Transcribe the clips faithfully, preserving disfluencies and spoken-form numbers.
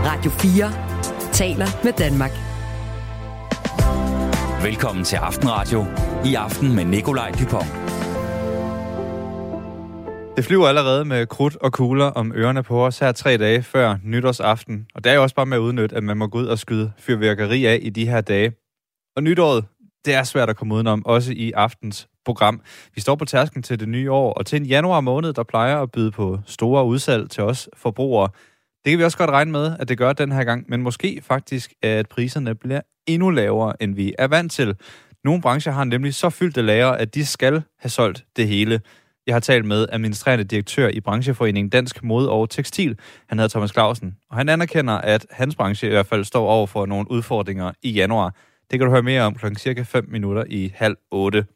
Radio fire taler med Danmark. Velkommen til Aftenradio. I aften med Nikolaj Dupont. Det flyver allerede med krudt og kugler om ørerne på os her tre dage før nytårsaften. Og det er jo også bare med at udnytte, at man må gå ud og skyde fyrværkeri af i de her dage. Og nytåret, det er svært at komme udenom, også i aftens program. Vi står på tærsklen til det nye år, og til en januar måned, der plejer at byde på store udsalg til os forbrugere. Det kan vi også godt regne med, at det gør den her gang, men måske faktisk, at priserne bliver endnu lavere, end vi er vant til. Nogle brancher har nemlig så fyldte lager, at de skal have solgt det hele. Jeg har talt med administrerende direktør i brancheforeningen Dansk Mode og Tekstil. Han hedder Thomas Clausen, og han anerkender, at hans branche i hvert fald står over for nogle udfordringer i januar. Det kan du høre mere om klokken cirka fem minutter i halv otte.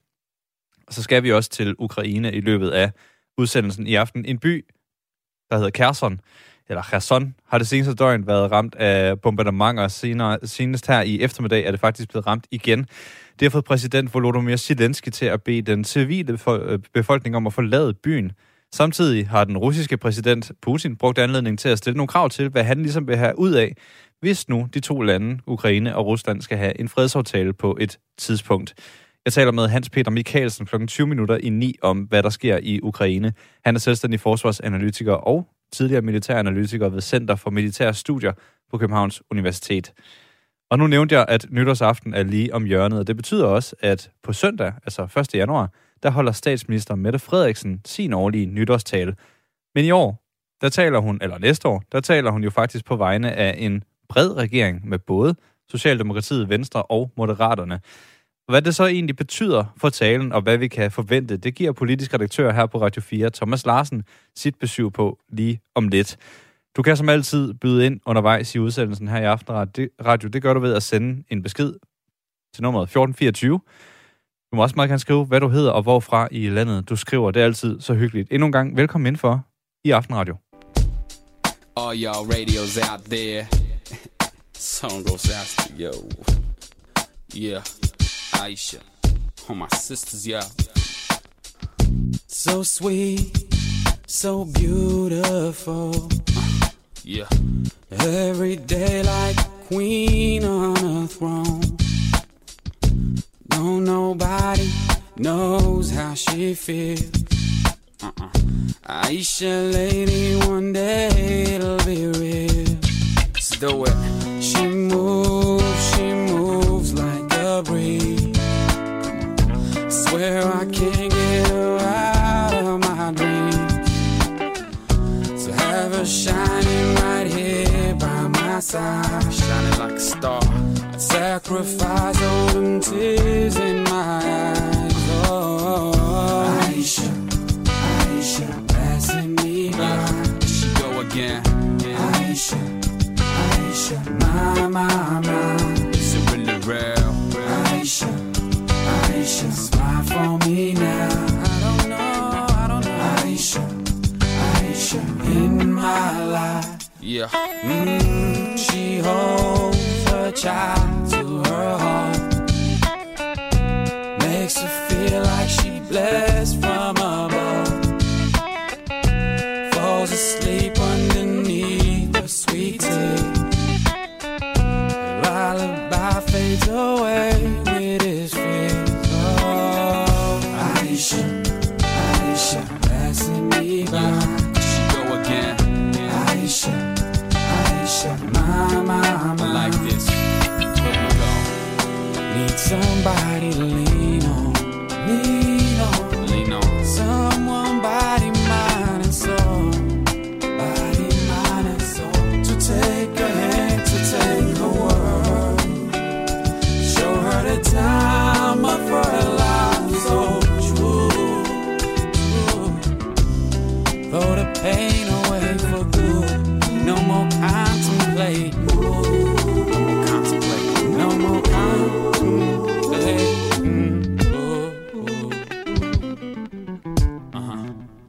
Og så skal vi også til Ukraine i løbet af udsendelsen i aften. En by, der hedder Kherson, eller Kherson, har det seneste døgn været ramt af bombardementer. Senere, senest her i eftermiddag er det faktisk blevet ramt igen. Det har fået præsident Volodymyr Zelensky til at bede den civile befolkning om at forlade byen. Samtidig har den russiske præsident Putin brugt anledning til at stille nogle krav til, hvad han ligesom vil have ud af, hvis nu de to lande, Ukraine og Rusland, skal have en fredsaftale på et tidspunkt. Jeg taler med Hans Peter Michaelsen klokken tyve minutter i ni om, hvad der sker i Ukraine. Han er selvstændig forsvarsanalytiker og tidligere militæranalytiker ved Center for Militære Studier på Københavns Universitet. Og nu nævnte jeg, at nytårsaften er lige om hjørnet, og det betyder også, at på søndag, altså første januar, der holder statsminister Mette Frederiksen sin årlige nytårstale. Men i år, der taler hun, eller næste år, der taler hun jo faktisk på vegne af en bred regering med både Socialdemokratiet, Venstre og Moderaterne. Hvad det så egentlig betyder for talen, og hvad vi kan forvente, det giver politisk redaktør her på Radio fire, Thomas Larsen, sit besøg på lige om lidt. Du kan som altid byde ind undervejs i udsendelsen her i Aftenradio. Det gør du ved at sende en besked til nummeret fjorten fireogtyve. Du må også meget gerne skrive, hvad du hedder og hvorfra i landet du skriver. Det er altid så hyggeligt. Endnu en gang velkommen indenfor i Aftenradio. All y'all radios out there. Song goes out to yo. Yeah, Aisha. All my sisters, yeah. So sweet, so beautiful. Uh, yeah. Every day like queen on a throne. No, nobody knows how she feels. Uh-uh. Aisha, lady, one day it'll be real. Let's do it. She moves, she moves like a breeze. Swear I can't get her out of my dreams. So have her shining right here by my side, shining like a star. I'd sacrifice all them tears in my eyes. Oh, Aisha, Aisha, passing me by. She go again. Aisha, Aisha, my, my, my. Is it really real? Aisha, Aisha, smile for me now. I don't know, I don't know. Aisha, Aisha, in my life. Yeah. Mm, she holds her child to her heart. Makes her feel like she blessed from above. Falls asleep underneath the sweet tea. Lullaby fades away with his fears. Oh, Aisha, Aisha, passing me by. She go again. Aisha, Aisha, my, my, my. Like this. Here we go. Need somebody to lean on. Lean on. Lean on. Someone body, mind, and soul. Body, mind, and soul. To take a hand, to take a word. Show her the time of her life. So true, true. Throw the pain away for good. No more contemplate. No more contemplate. No more contemplate. Mm, ooh, ooh. Uh-huh.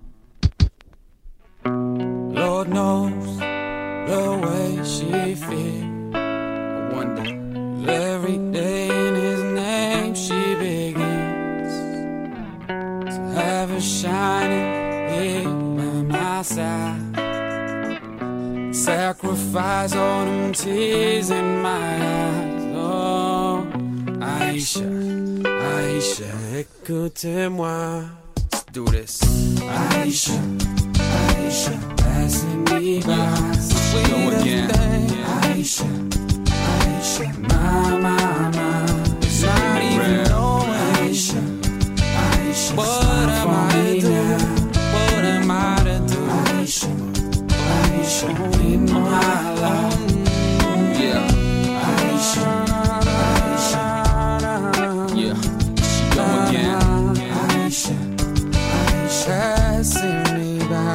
Lord knows the way she feels. I wonder every day in his name she begins to have her shining here by my side. Sacrifice all them tears in my eyes. Oh, Aisha, Aisha, écoutez-moi. Let's do this. Aisha, Aisha, passing me by. Go again. Aisha, Aisha, my, my, my. It's not even knowing. Aisha, Aisha, what am I to do? What am I to do? Aisha, Aisha, in my life. Yeah. Aisha, Aisha, yeah. Go again. Aisha, Aisha, passing me by.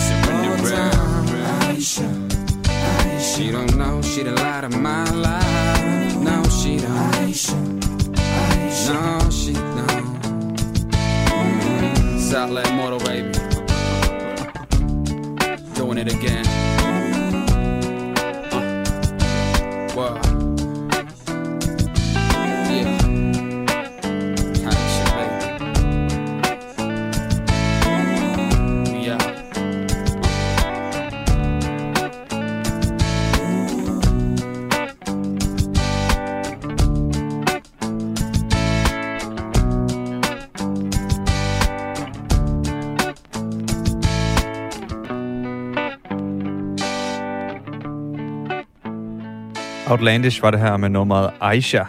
Aisha, Aisha, she don't know she the light of my life. No, she don't. Aisha, Aisha, no, she don't. Mm-hmm. Southland Motor, baby. Doing it again. Uh. Wow. Yeah. Aisha, baby. Yeah. Outlandish var det her med nummeret Aisha.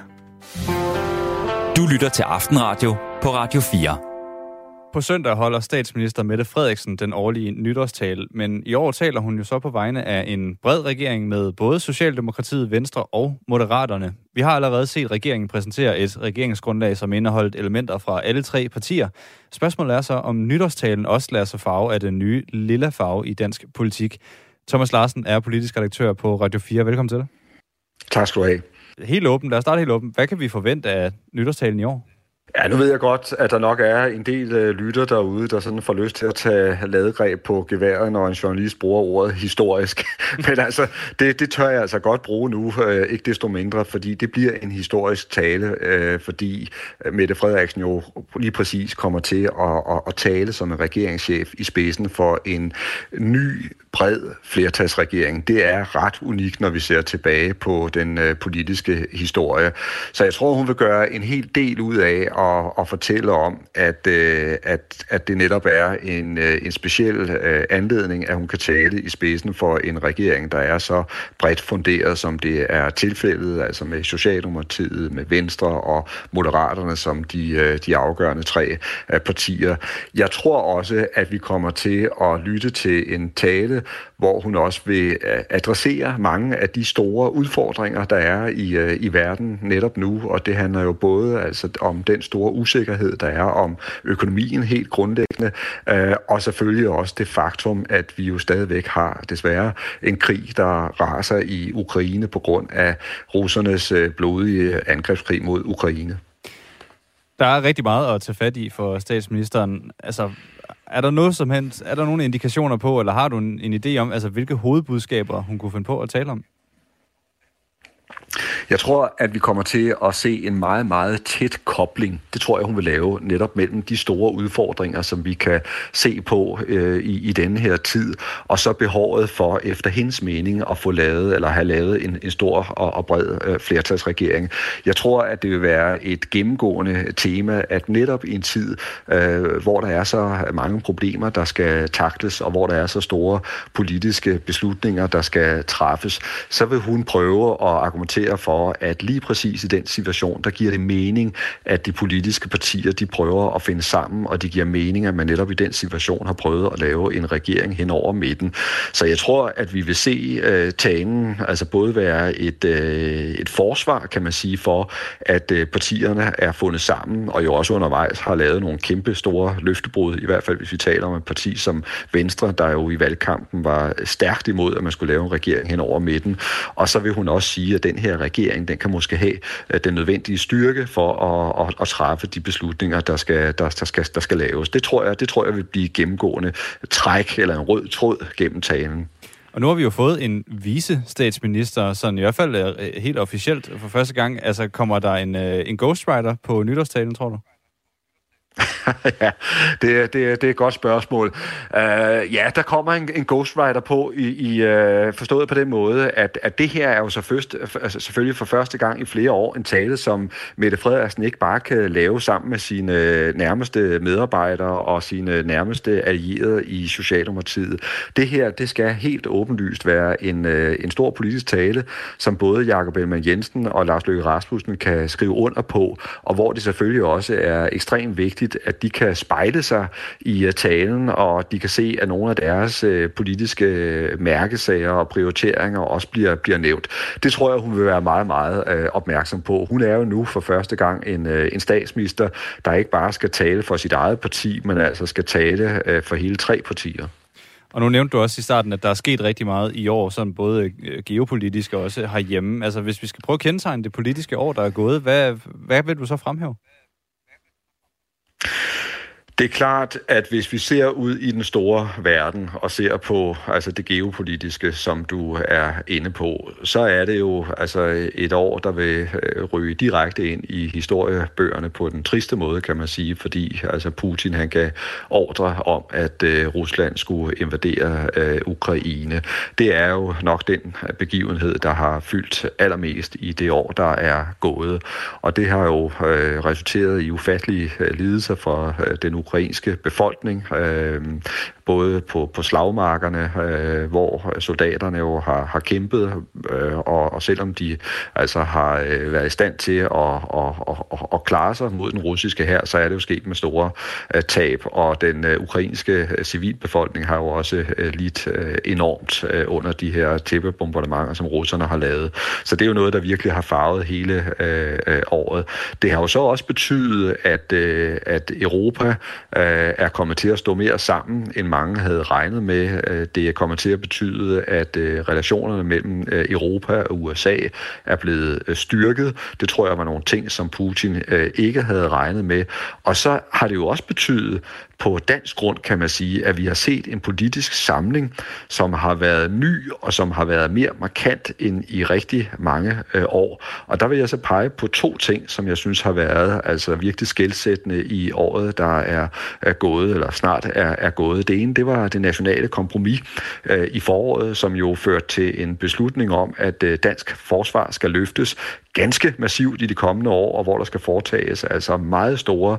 Du lytter til Aftenradio på Radio fire. På søndag holder statsminister Mette Frederiksen den årlige nytårstale, men i år taler hun jo så på vegne af en bred regering med både Socialdemokratiet, Venstre og Moderaterne. Vi har allerede set regeringen præsentere et regeringsgrundlag, som indeholdt elementer fra alle tre partier. Spørgsmålet er så, om nytårstalen også lader sig farve af den nye lilla farve i dansk politik. Thomas Larsen er politisk redaktør på Radio fire. Velkommen til. Tak skal du have. Helt åben. Lad os starte helt åben. Hvad kan vi forvente af nytårstalen i år? Ja, nu ved jeg godt, at der nok er en del øh, lytter derude, der sådan får lyst til at tage ladegreb på geværet, når en journalist bruger ordet historisk. Men altså, det, det tør jeg altså godt bruge nu, øh, ikke desto mindre, fordi det bliver en historisk tale, øh, fordi Mette Frederiksen jo lige præcis kommer til at, at, at tale som en regeringschef i spidsen for en ny, bred flertalsregering. Det er ret unikt, når vi ser tilbage på den øh, politiske historie. Så jeg tror, hun vil gøre en hel del ud af Og, og fortælle om, at, øh, at, at det netop er en, øh, en speciel øh, anledning, at hun kan tale i spidsen for en regering, der er så bredt funderet, som det er tilfældet, altså med Socialdemokratiet, med Venstre og Moderaterne som de, øh, de afgørende tre øh, partier. Jeg tror også, at vi kommer til at lytte til en tale, hvor hun også vil adressere mange af de store udfordringer, der er i, øh, i verden netop nu, og det handler jo både altså om den store usikkerhed, der er om økonomien helt grundlæggende, øh, og selvfølgelig også det faktum, at vi jo stadigvæk har desværre en krig, der raser i Ukraine på grund af russernes øh, blodige angrebskrig mod Ukraine. Der er rigtig meget at tage fat i for statsministeren. Altså, er der noget som helst, er der nogle indikationer på, eller har du en, en idé om, altså hvilke hovedbudskaber hun kunne finde på at tale om? Jeg tror, at vi kommer til at se en meget, meget tæt kobling. Det tror jeg, hun vil lave netop mellem de store udfordringer, som vi kan se på øh, i, i denne her tid, og så behovet for, efter hendes mening, at få lavet, eller have lavet en, en stor og, og bred øh, flertalsregering. Jeg tror, at det vil være et gennemgående tema, at netop i en tid, øh, hvor der er så mange problemer, der skal takles, og hvor der er så store politiske beslutninger, der skal træffes, så vil hun prøve at argumentere for, at lige præcis i den situation, der giver det mening, at de politiske partier, de prøver at finde sammen, og det giver mening, at man netop i den situation har prøvet at lave en regering hen over midten. Så jeg tror, at vi vil se uh, talen altså både være et, uh, et forsvar, kan man sige, for, at uh, partierne er fundet sammen, og jo også undervejs har lavet nogle kæmpe store løftebrud, i hvert fald hvis vi taler om et parti som Venstre, der jo i valgkampen var stærkt imod, at man skulle lave en regering hen over midten. Og så vil hun også sige, at den her regering, den kan måske have den nødvendige styrke for at, at, at træffe de beslutninger, der skal, der, der, skal, der skal laves. Det tror jeg, det tror jeg vil blive gennemgående træk eller en rød tråd gennem talen. Og nu har vi jo fået en vice-statsminister, sådan i hvert fald helt officielt for første gang. Altså, kommer der en, en ghostwriter på nytårstalen, tror du? ja, det er, det, er, det er et godt spørgsmål. Uh, ja, der kommer en, en ghostwriter på, i, i, uh, forstået på den måde, at, at det her er jo så først, altså selvfølgelig for første gang i flere år en tale, som Mette Frederiksen ikke bare kan lave sammen med sine nærmeste medarbejdere og sine nærmeste allierede i Socialdemokratiet. Det her, det skal helt åbenlyst være en, uh, en stor politisk tale, som både Jakob Ellemann-Jensen og Lars Løkke Rasmussen kan skrive under på, og hvor det selvfølgelig også er ekstremt vigtigt, at de kan spejle sig i talen, og de kan se, at nogle af deres øh, politiske mærkesager og prioriteringer også bliver, bliver nævnt. Det tror jeg, hun vil være meget, meget øh, opmærksom på. Hun er jo nu for første gang en, øh, en statsminister, der ikke bare skal tale for sit eget parti, men altså skal tale øh, for hele tre partier. Og nu nævnte du også i starten, at der er sket rigtig meget i år, sådan både geopolitisk og også herhjemme. Altså hvis vi skal prøve at kendetegne det politiske år, der er gået, hvad, hvad vil du så fremhæve? Det er klart, at hvis vi ser ud i den store verden og ser på altså det geopolitiske, som du er inde på, så er det jo altså et år, der vil ryge direkte ind i historiebøgerne på den triste måde, kan man sige, fordi altså Putin han gav ordre om, at uh, Rusland skulle invadere uh, Ukraine. Det er jo nok den begivenhed, der har fyldt allermest i det år, der er gået. Og det har jo uh, resulteret i ufattelige uh, lidelser for uh, den ukrainske befolkning, øh, både på, på slagmarkerne, øh, hvor soldaterne jo har, har kæmpet, øh, og, og selvom de altså har øh, været i stand til at, at, at, at, at klare sig mod den russiske hær, så er det jo sket med store øh, tab, og den øh, ukrainske øh, civilbefolkning har jo også øh, lidt øh, enormt øh, under de her tæppebombardementer, som russerne har lavet. Så det er jo noget, der virkelig har farvet hele øh, øh, året. Det har jo så også betydet, at, øh, at Europa øh, er kommet til at stå mere sammen, end mange havde regnet med. Det er kommet til at betyde, at relationerne mellem Europa og U S A er blevet styrket. Det tror jeg var nogle ting, som Putin ikke havde regnet med. Og så har det jo også betydet, på dansk grund kan man sige, at vi har set en politisk samling, som har været ny og som har været mere markant end i rigtig mange øh, år. Og der vil jeg så pege på to ting, som jeg synes har været altså virkelig skelsættende i året, der er, er gået, eller snart er, er gået. Det ene, det var det nationale kompromis øh, i foråret, som jo førte til en beslutning om, at øh, dansk forsvar skal løftes ganske massivt i de kommende år, og hvor der skal foretages altså meget store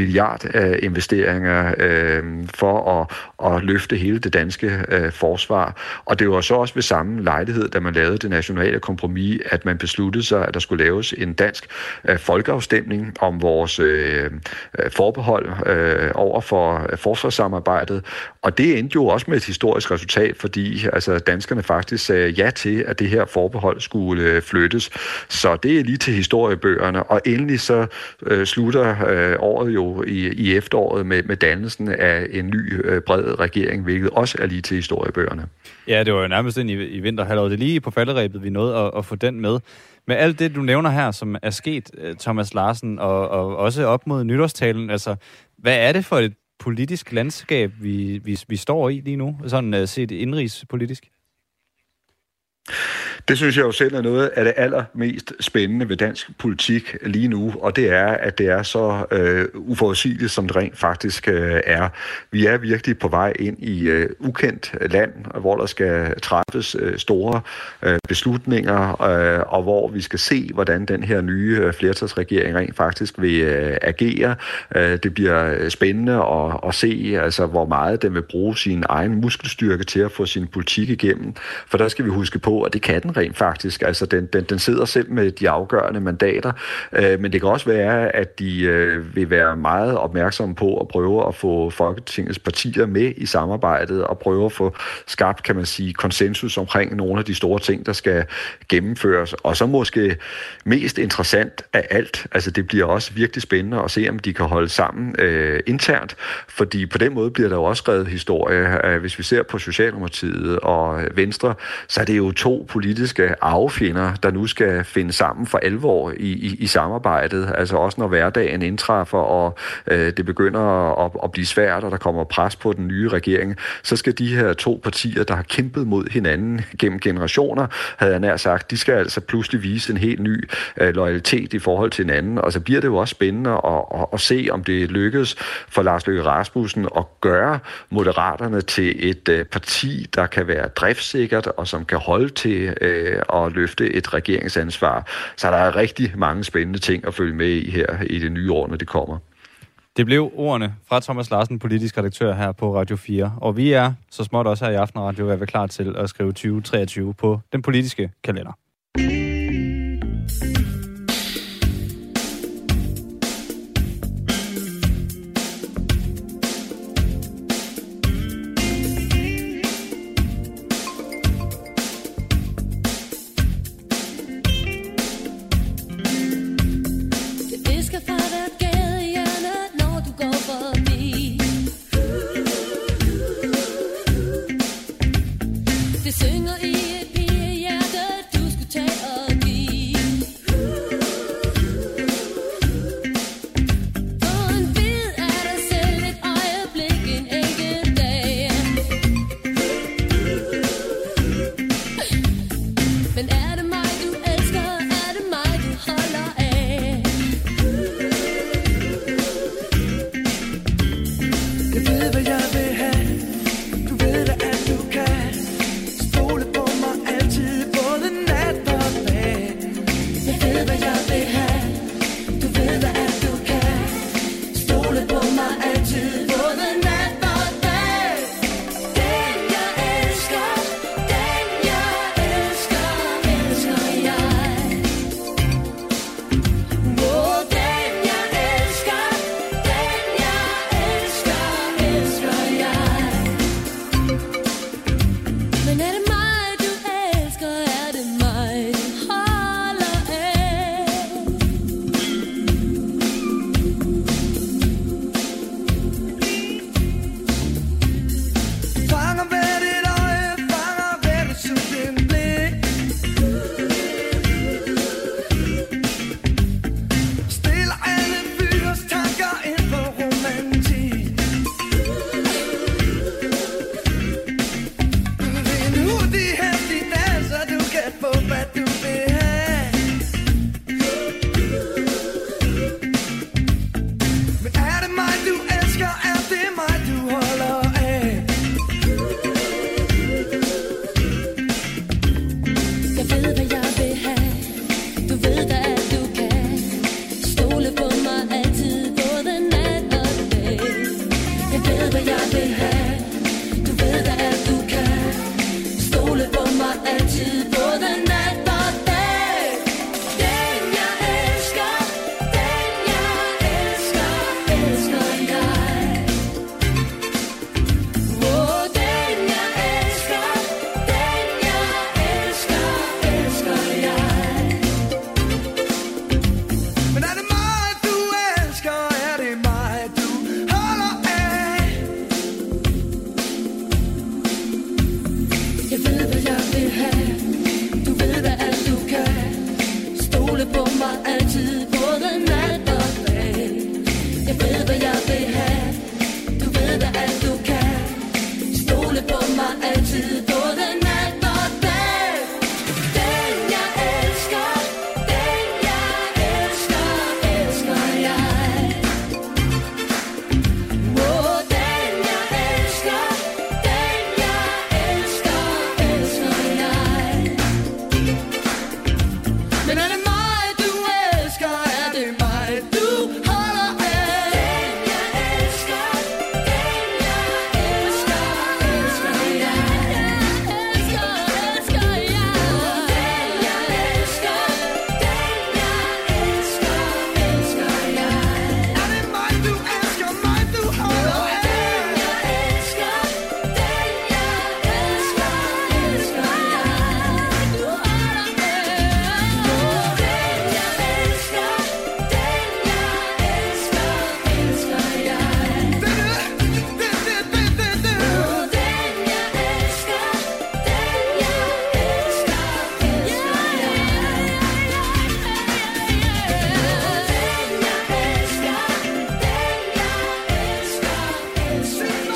milliardinvesteringer øh, for at, at løfte hele det danske øh, forsvar. Og det var så også ved samme lejlighed, da man lavede det nationale kompromis, at man besluttede sig, at der skulle laves en dansk øh, folkeafstemning om vores øh, forbehold øh, over for øh, forsvarssamarbejdet. Og det endte jo også med et historisk resultat, fordi altså, danskerne faktisk sagde ja til, at det her forbehold skulle øh, flyttes. Så det er lige til historiebøgerne, og endelig så øh, slutter øh, året jo i, i efteråret med, med dannelsen af en ny øh, bred regering, hvilket også er lige til historiebøgerne. Ja, det var jo nærmest ind i, i vinterhalvåret. Det er lige på falderæbet, vi nåede at, at få den med. Med alt det, du nævner her, som er sket, Thomas Larsen, og, og også op mod nytårstalen, altså, hvad er det for et politisk landskab, vi, vi, vi står i lige nu, sådan set indrigspolitisk? Det synes jeg jo selv er noget af det allermest spændende ved dansk politik lige nu, og det er, at det er så øh, uforudsigeligt, som det rent faktisk øh, er. Vi er virkelig på vej ind i øh, ukendt land, hvor der skal træffes øh, store øh, beslutninger, øh, og hvor vi skal se, hvordan den her nye øh, flertalsregering rent faktisk vil øh, agere. Øh, det bliver spændende at, at se, altså, hvor meget den vil bruge sin egen muskelstyrke til at få sin politik igennem, for der skal vi huske på, at det kan den rent faktisk. Altså, den, den, den sidder selv med de afgørende mandater, øh, men det kan også være, at de øh, vil være meget opmærksomme på at prøve at få Folketingets partier med i samarbejdet og prøve at få skabt, kan man sige, konsensus omkring nogle af de store ting, der skal gennemføres. Og så måske mest interessant af alt, altså det bliver også virkelig spændende at se, om de kan holde sammen øh, internt, fordi på den måde bliver der jo også skrevet historie. Hvis vi ser på Socialdemokratiet og Venstre, så er det jo to politiske politiske arvefjender, der nu skal finde sammen for alvor i, i, i samarbejdet. Altså også når hverdagen indtræffer, og øh, det begynder at, at blive svært, og der kommer pres på den nye regering, så skal de her to partier, der har kæmpet mod hinanden gennem generationer, havde jeg nær sagt, de skal altså pludselig vise en helt ny øh, loyalitet i forhold til hinanden, og så bliver det jo også spændende at, at, at se, om det lykkes for Lars Løkke Rasmussen at gøre Moderaterne til et øh, parti, der kan være driftssikkert, og som kan holde til øh, at løfte et regeringsansvar. Så der er rigtig mange spændende ting at følge med i her i det nye år, når det kommer. Det blev ordene fra Thomas Larsen, politisk redaktør her på Radio fire. Og vi er så småt også her i Aftenradio, er vi klar til at skrive tyve treogtyve på den politiske kalender.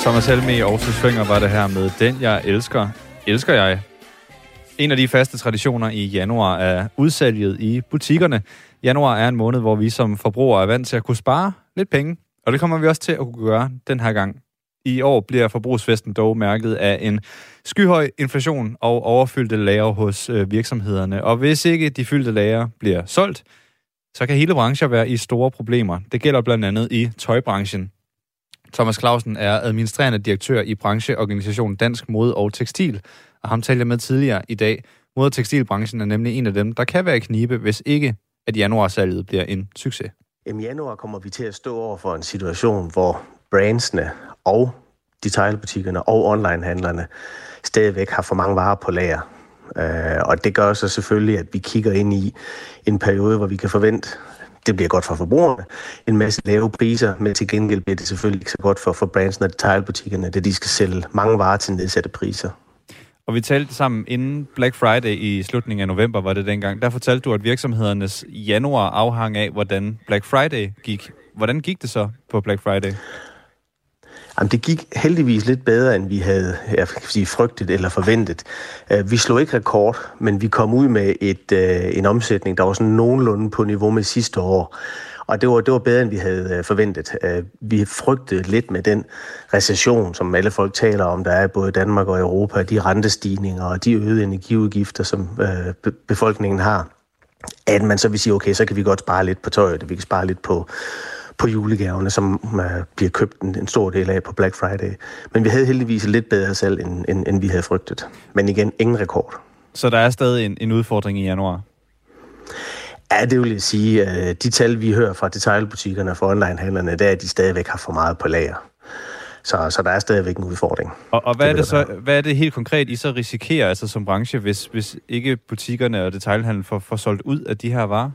Thomas Helmig og Aarhus Svinger var det her med Den Jeg Elsker, Elsker Jeg. En af de faste traditioner i januar er udsalget i butikkerne. Januar er en måned, hvor vi som forbrugere er vant til at kunne spare lidt penge, og det kommer vi også til at kunne gøre den her gang. I år bliver forbrugsfesten dog mærket af en skyhøj inflation og overfyldte lager hos virksomhederne. Og hvis ikke de fyldte lager bliver solgt, så kan hele brancher være i store problemer. Det gælder blandt andet i tøjbranchen. Thomas Clausen er administrerende direktør i brancheorganisationen Dansk Mode og Tekstil, og ham talte jeg med tidligere i dag. Mode- og tekstilbranchen er nemlig en af dem, der kan være i knibe, hvis ikke at januarsalget bliver en succes. I januar kommer vi til at stå over for en situation, hvor brandsene og detailbutikkerne og onlinehandlerne stadigvæk har for mange varer på lager. Og det gør så selvfølgelig, at vi kigger ind i en periode, hvor vi kan forvente, det bliver godt for forbrugerne, en masse lave priser, men til gengæld bliver det selvfølgelig ikke så godt for, for brandsene og detailbutikkerne, da de skal sælge mange varer til nedsatte priser. Og vi talte sammen inden Black Friday i slutningen af november, var det dengang. Der fortalte du, at virksomhedernes januar afhang af, hvordan Black Friday gik. Hvordan gik det så på Black Friday? Jamen, det gik heldigvis lidt bedre, end vi havde jeg kan sige, frygtet eller forventet. Vi slog ikke rekord, men vi kom ud med et, en omsætning, der var sådan nogenlunde på niveau med sidste år. Og det var, det var bedre, end vi havde forventet. Vi frygtede lidt med den recession, som alle folk taler om, der er både i Danmark og Europa, de rentestigninger og de øgede energiudgifter, som befolkningen har, at man så vil sige, okay, så kan vi godt spare lidt på tøjet, vi kan spare lidt på på julegaverne, som uh, bliver købt en, en stor del af på Black Friday. Men vi havde heldigvis lidt bedre salg, end, end, end vi havde frygtet. Men igen, ingen rekord. Så der er stadig en, en udfordring i januar? Ja, det vil jeg sige. Uh, de tal, vi hører fra detailbutikkerne og fra onlinehandlerne, der er, at de stadigvæk har for meget på lager. Så, så der er stadigvæk en udfordring. Og, og hvad, er det så, hvad er det helt konkret, I så risikerer altså som branche, hvis, hvis ikke butikkerne og detailhandlen får, får solgt ud af de her varer?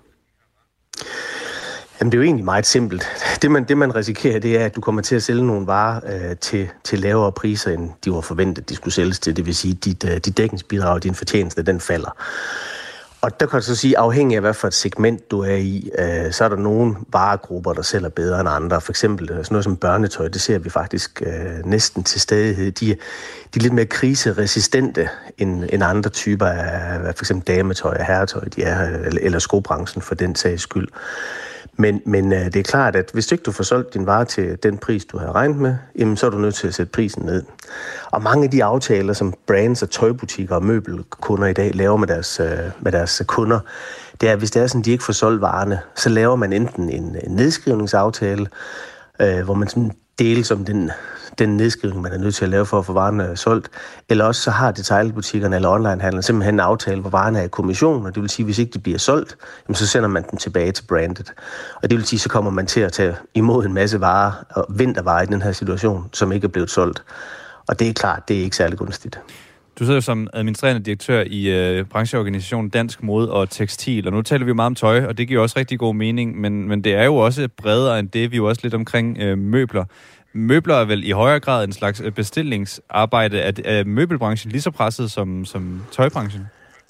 Jamen, det er jo egentlig meget simpelt. Det man, det, man risikerer, det er, at du kommer til at sælge nogle varer øh, til, til lavere priser, end de var forventet, de skulle sælges til. Det vil sige, at dit, uh, dit dækningsbidrag og din fortjeneste, den falder. Og der kan du så sige, afhængig af, hvad for et segment du er i, øh, så er der nogle varegrupper, der sælger bedre end andre. For eksempel sådan noget som børnetøj, det ser vi faktisk øh, næsten til stadighed. De, de er lidt mere kriseresistente end, end andre typer af for eksempel dametøj og herretøj, de er, eller, eller skobranchen for den sags skyld. Men, men øh, det er klart, at hvis du ikke du får solgt din vare til den pris, du har regnet med, jamen, så er du nødt til at sætte prisen ned. Og mange af de aftaler, som brands og tøjbutikker og møbelkunder i dag laver med deres, øh, med deres kunder, det er, at hvis det er sådan, de ikke får solgt varerne, så laver man enten en, en nedskrivningsaftale, øh, hvor man sådan deles om den, den nedskrivning, man er nødt til at lave for at få varerne solgt, eller også så har detailbutikkerne eller onlinehandlerne simpelthen en aftale, hvor varerne er i kommission, og det vil sige, hvis ikke de bliver solgt, jamen, så sender man dem tilbage til brandet. Og det vil sige, så kommer man til at tage imod en masse varer og vintervarer i den her situation, som ikke er blevet solgt. Og det er klart, det er ikke særlig gunstigt. Du sidder jo som administrerende direktør i øh, brancheorganisationen Dansk Mode og Tekstil, og nu taler vi meget om tøj, og det giver også rigtig god mening, men, men det er jo også bredere end det. Vi er jo også lidt omkring øh, møbler. Møbler er vel i højere grad en slags bestillingsarbejde. Er, er møbelbranchen lige så presset som, som tøjbranchen?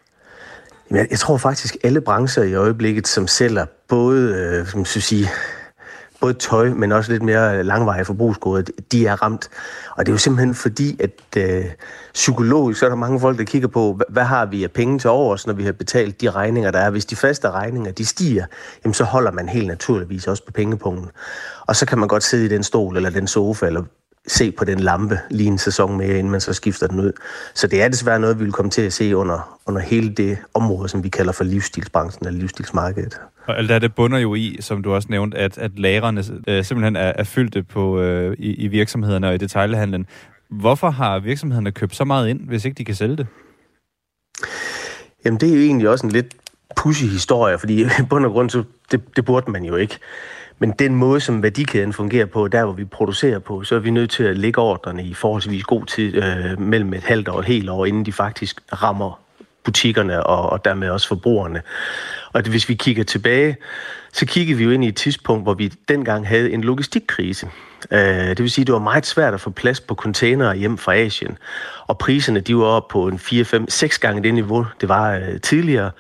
Jeg, jeg tror faktisk, alle brancher i øjeblikket, som sælger både, øh, som skal sige, både tøj, men også lidt mere langvarige forbrugsgoder, de er ramt. Og det er jo simpelthen fordi, at øh, psykologisk så er der mange folk, der kigger på, hvad, hvad har vi af penge til overs, når vi har betalt de regninger, der er. Hvis de faste regninger, de stiger, jamen, så holder man helt naturligvis også på pengepunkten. Og så kan man godt sidde i den stol eller den sofa, eller se på den lampe lige en sæson mere, inden man så skifter den ud. Så det er desværre noget, vi vil komme til at se under, under hele det område, som vi kalder for livsstilsbranchen eller livsstilsmarkedet. Og alt det bunder jo i, som du også nævnte, at, at lagrene øh, simpelthen er, er fyldte på, øh, i, i virksomhederne og i detailhandlen. Hvorfor har virksomhederne købt så meget ind, hvis ikke de kan sælge det? Jamen, det er jo egentlig også en lidt pussy historie, fordi i bund og grund, så det, det burde man jo ikke. Men den måde, som værdikæden fungerer på, der hvor vi producerer på, så er vi nødt til at lægge ordrene i forholdsvis god tid, øh, mellem et halvt år og et helt år, inden de faktisk rammer butikkerne og, og dermed også forbrugerne. Og det, hvis vi kigger tilbage, så kigger vi jo ind i et tidspunkt, hvor vi dengang havde en logistikkrise. Øh, det vil sige, at det var meget svært at få plads på containere hjem fra Asien. Og priserne, de var oppe på en fire, fem, seks gange det niveau, det var øh, tidligere.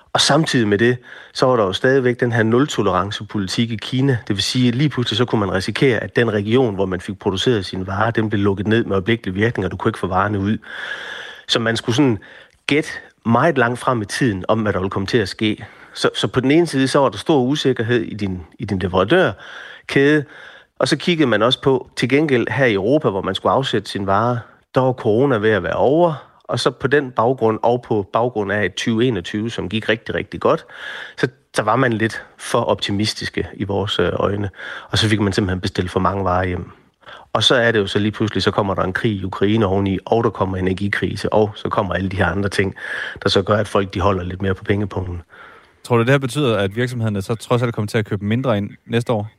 Og samtidig med det, så var der jo stadigvæk den her nul-tolerance-politik i Kina. Det vil sige, at lige pludselig så kunne man risikere, at den region, hvor man fik produceret sine varer, den blev lukket ned med øjeblikkelig virkning, og du kunne ikke få varerne ud. Så man skulle sådan gætte meget langt frem i tiden om, hvad der ville komme til at ske. Så, så på den ene side, så var der stor usikkerhed i din, i din leverandørkæde, og så kiggede man også på, til gengæld her i Europa, hvor man skulle afsætte sine varer, der var corona ved at være over, og så på den baggrund, og på baggrund af et tyve enogtyve, som gik rigtig, rigtig godt, så, så var man lidt for optimistiske i vores øjne, og så fik man simpelthen bestilt for mange varer hjem. Og så er det jo så lige pludselig, så kommer der en krig i Ukraine oveni, og der kommer energikrise, og så kommer alle de her andre ting, der så gør, at folk de holder lidt mere på pengepungen. Tror du, det her betyder, at virksomhederne så trods alt kommer til at købe mindre ind næste år?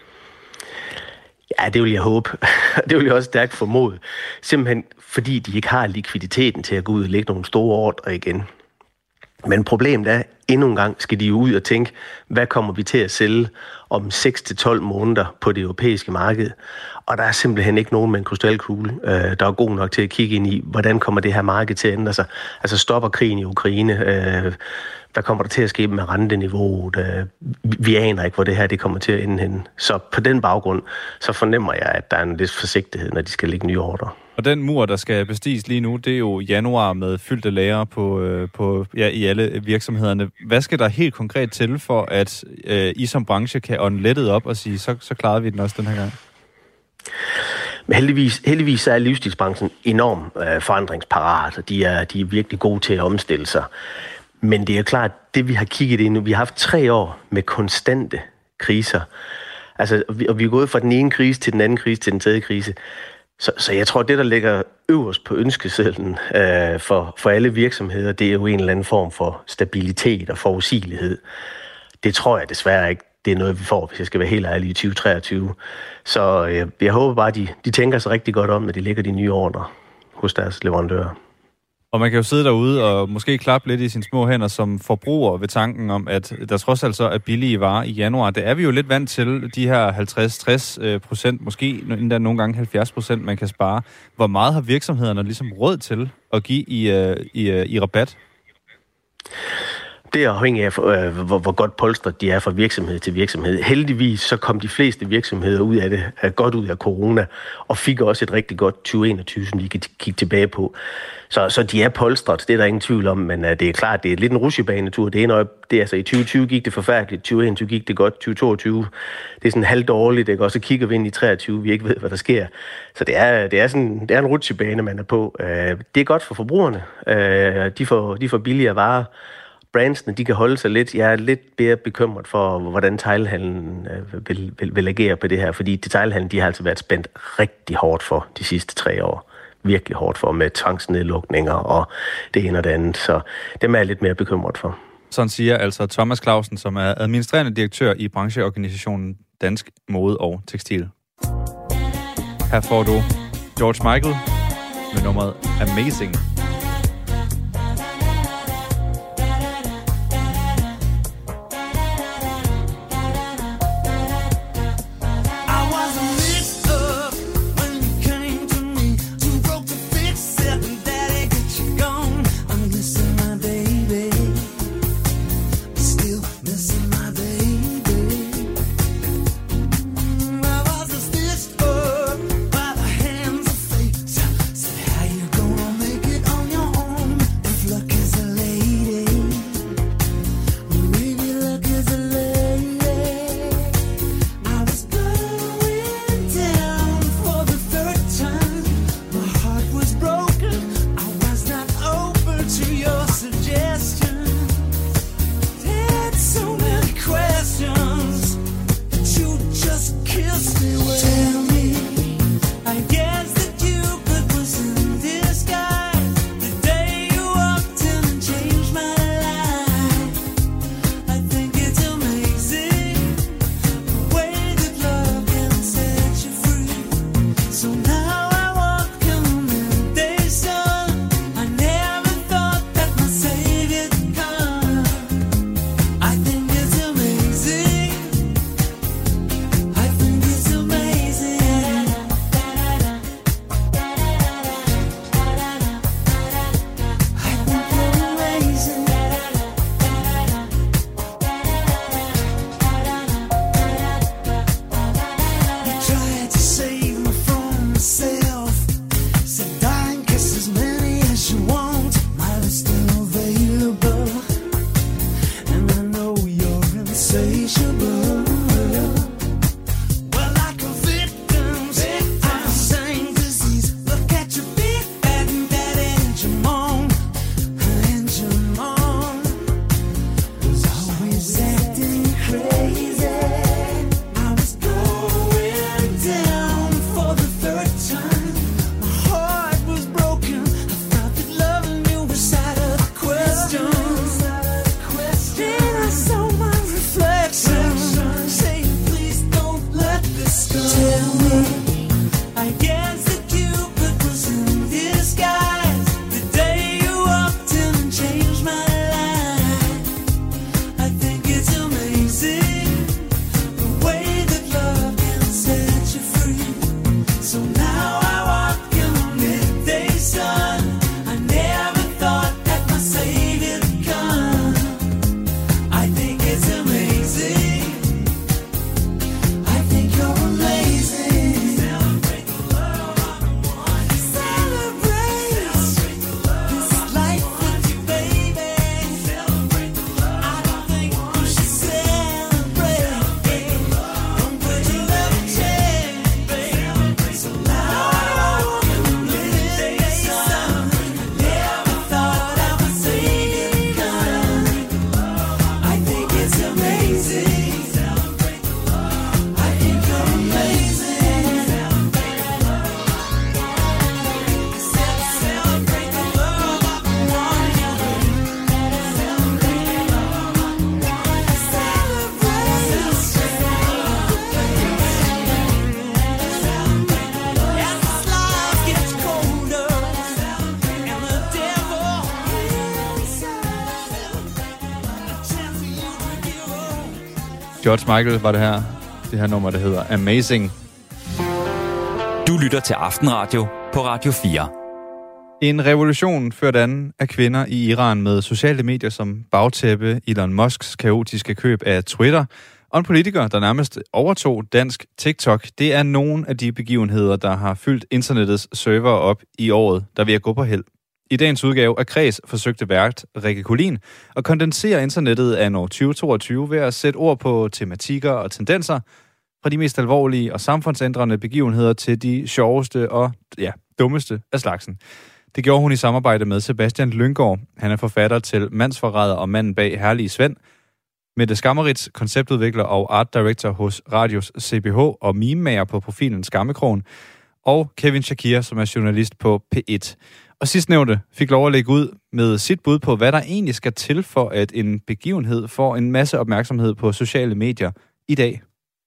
Ja, det vil jeg håbe. Det vil jeg også stærkt formode. Simpelthen fordi de ikke har likviditeten til at gå ud og lægge nogle store ordre igen. Men problemet er, endnu en gang skal de jo ud og tænke, hvad kommer vi til at sælge om seks til tolv måneder på det europæiske marked? Og der er simpelthen ikke nogen med en krystalkugle, der er god nok til at kigge ind i, hvordan kommer det her marked til at ændre sig. Altså stopper krigen i Ukraine? Hvad kommer der til at ske med renteniveauet? Vi aner ikke, hvor det her det kommer til at ende henne. Så på den baggrund, så fornemmer jeg, at der er en lidt forsigtighed, når de skal lægge nye ordrer. Og den mur, der skal bestiges lige nu, det er jo januar med fyldte lager på, øh, på, ja, i alle virksomhederne. Hvad skal der helt konkret til, for at øh, I som branche kan ånde lettet op og sige, så, så klarede vi den også den her gang? Men heldigvis, heldigvis er livsstilsbranchen enormt øh, forandringsparat, og de er, de er virkelig gode til at omstille sig. Men det er klart, det vi har kigget ind nu, vi har haft tre år med konstante kriser. Altså, og vi er gået fra den ene krise til den anden krise til den tredje krise. Så, så jeg tror, det, der ligger øverst på ønskesedlen øh, for, for alle virksomheder, det er jo en eller anden form for stabilitet og forudsigelighed. Det tror jeg desværre ikke, det er noget, vi får, hvis jeg skal være helt ærlig, i tyve treogtyve. Så øh, jeg håber bare, de, de tænker sig rigtig godt om, når de lægger de nye ordrer hos deres leverandører. Og man kan jo sidde derude og måske klappe lidt i sine små hænder som forbruger ved tanken om, at der trods alt så er billige varer i januar. Det er vi jo lidt vant til, de her halvtreds til tres procent, måske endda nogle gange halvfjerds procent, man kan spare. Hvor meget har virksomhederne ligesom råd til at give i, i, i rabat? Det er afhængigt af, hvor, hvor godt polstret de er fra virksomhed til virksomhed. Heldigvis så kom de fleste virksomheder ud af det, godt ud af corona, og fik også et rigtig godt tyve enogtyve, som de kan kigge tilbage på. Så, så de er polstret, det er der ingen tvivl om, men det er klart, det er lidt en rutsjebanetur. Det er, når det er altså i tyve tyve gik det forfærdeligt, tyve enogtyve gik det godt, tyve toogtyve det er sådan halvdårligt, ikke? Og så kigger vi ind i treogtyve, vi ikke ved, hvad der sker. Så det er, det er, sådan, det er en rutsjebane, man er på. Det er godt for forbrugerne. De får, de får billigere varer. Brandsene, de kan holde sig lidt. Jeg er lidt mere bekymret for, hvordan detailhandlen øh, vil, vil, vil agere på det her, fordi detailhandlen, de har altså været spændt rigtig hårdt for de sidste tre år. Virkelig hårdt for med tvangsnedlukninger og det ene og det andet, så dem er jeg lidt mere bekymret for. Sådan siger altså Thomas Clausen, som er administrerende direktør i brancheorganisationen Dansk Mode og Tekstil. Her får du George Michael med nummeret Amazing. How you gonna make it George Michael var det her. Det her nummer, der hedder Amazing. Du lytter til Aftenradio på Radio fire. En revolution ført an af kvinder i Iran med sociale medier som bagtæppe, Elon Musks kaotiske køb af Twitter, og en politiker, der nærmest overtog dansk TikTok. Det er nogle af de begivenheder, der har fyldt internettets server op i året, der vil gå på held. I dagens udgave af Kreds forsøgte vært Rikke Collin at kondensere internettet af år tyve toogtyve ved at sætte ord på tematikker og tendenser fra de mest alvorlige og samfundsændrende begivenheder til de sjoveste og ja, dummeste af slagsen. Det gjorde hun i samarbejde med Sebastian Lynggaard. Han er forfatter til Mandsforræder og Manden bag Herlige Svend. Mette Skammerits, konceptudvikler og art director hos Radios C B H og mimemager på profilen Skammekrogen. Og Kevin Shakir, som er journalist på P et. Og sidstnævnte fik lov at lægge ud med sit bud på, hvad der egentlig skal til for, at en begivenhed får en masse opmærksomhed på sociale medier i dag.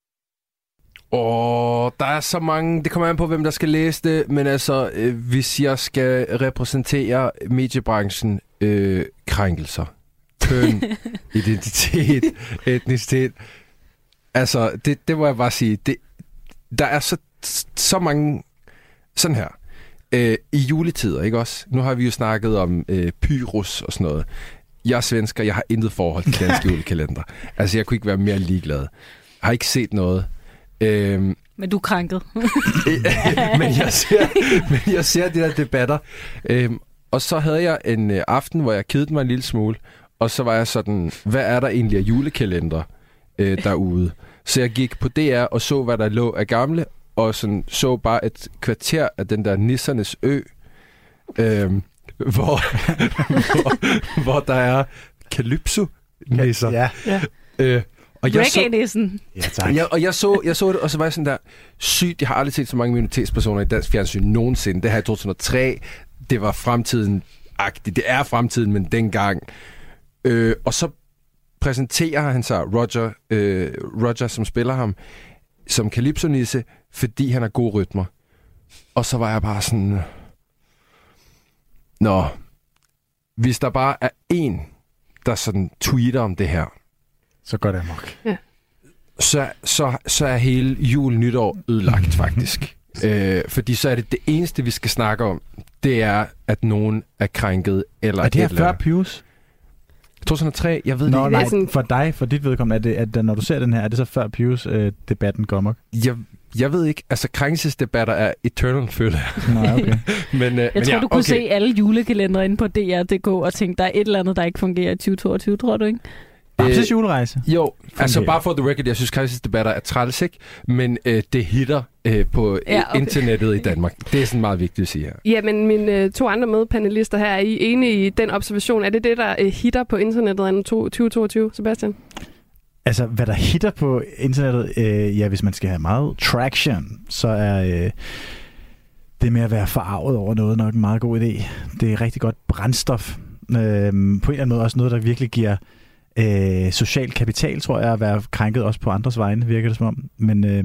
Og der er så mange, det kommer an på, hvem der skal læse det, men altså, øh, hvis jeg skal repræsentere mediebranchen, øh, krænkelser, køn, identitet, etnicitet, altså, det, det må jeg bare sige, det, der er så, så mange, sådan her, øh, i juletider, ikke også? Nu har vi jo snakket om øh, Pyrus og sådan noget. Jeg er svensker, jeg har intet forhold til dansk julekalender. Altså, jeg kunne ikke være mere ligeglad. Jeg har ikke set noget. Øhm, men du er krænket. men, jeg ser, men jeg ser de der debatter. Øhm, og så havde jeg en øh, aften, hvor jeg kedede mig en lille smule. Og så var jeg sådan, hvad er der egentlig af julekalender øh, derude? Så jeg gik på D R og så, hvad der lå af gamle. Og sådan, så bare et kvarter af den der Nissernes Ø. Øhm, hvor, hvor, hvor der er Calypso-nisser. Ja. ja. Øh, Og jeg, så, ja, tak. jeg, og jeg så, jeg så det, og så var jeg sådan der, sygt, jeg har aldrig set så mange minoritetspersoner i dansk fjernsyn nogensinde. Det her i to tusind og tre, det var fremtiden-agtigt. Det er fremtiden, men dengang. Øh, og så præsenterer han sig, Roger, øh, Roger, som spiller ham, som Calypso-nisse, fordi han har gode rytmer. Og så var jeg bare sådan, nå, hvis der bare er en, der sådan tweeter om det her, så går det amok. Ja. Så, så, så er hele jul nytår ødelagt, faktisk. øh, fordi så er det det eneste, vi skal snakke om, det er, at nogen er krænket. Eller er det her før Pius? to tusind og tre, jeg ved Nå, det nej, ikke. Nej, for dig, for dit vedkommende, er det, at når du ser den her, er det så før Pius-debatten øh, går amok? Jeg, jeg ved ikke. Altså, krænkelsesdebatter er eternal, føler jeg. Nej, okay. men, øh, jeg men tror, ja, du kunne okay. se alle julekalendere inde på D R punktum d k og tænke, der er et eller andet, der ikke fungerer i tyve toogtyve, tror du ikke? Bamses julerejse. Jo, fungerer. Altså bare for the record, jeg synes, krænkelsesdebatter er træls, ikke? Men øh, det hitter øh, på ja, okay. internettet i Danmark. Det er sådan meget vigtigt at sige her. Ja, men mine øh, to andre medpanelister her, er I enige i den observation? Er det det, der øh, hitter på internettet anno tyve toogtyve, Sebastian? Altså, hvad der hitter på internettet, øh, ja, hvis man skal have meget traction, så er øh, det med at være forarvet over noget nok en meget god idé. Det er rigtig godt brændstof. Øh, på en eller anden måde også noget, der virkelig giver øh, social kapital, tror jeg, at være krænket også på andres vegne, virker det som om. Men øh,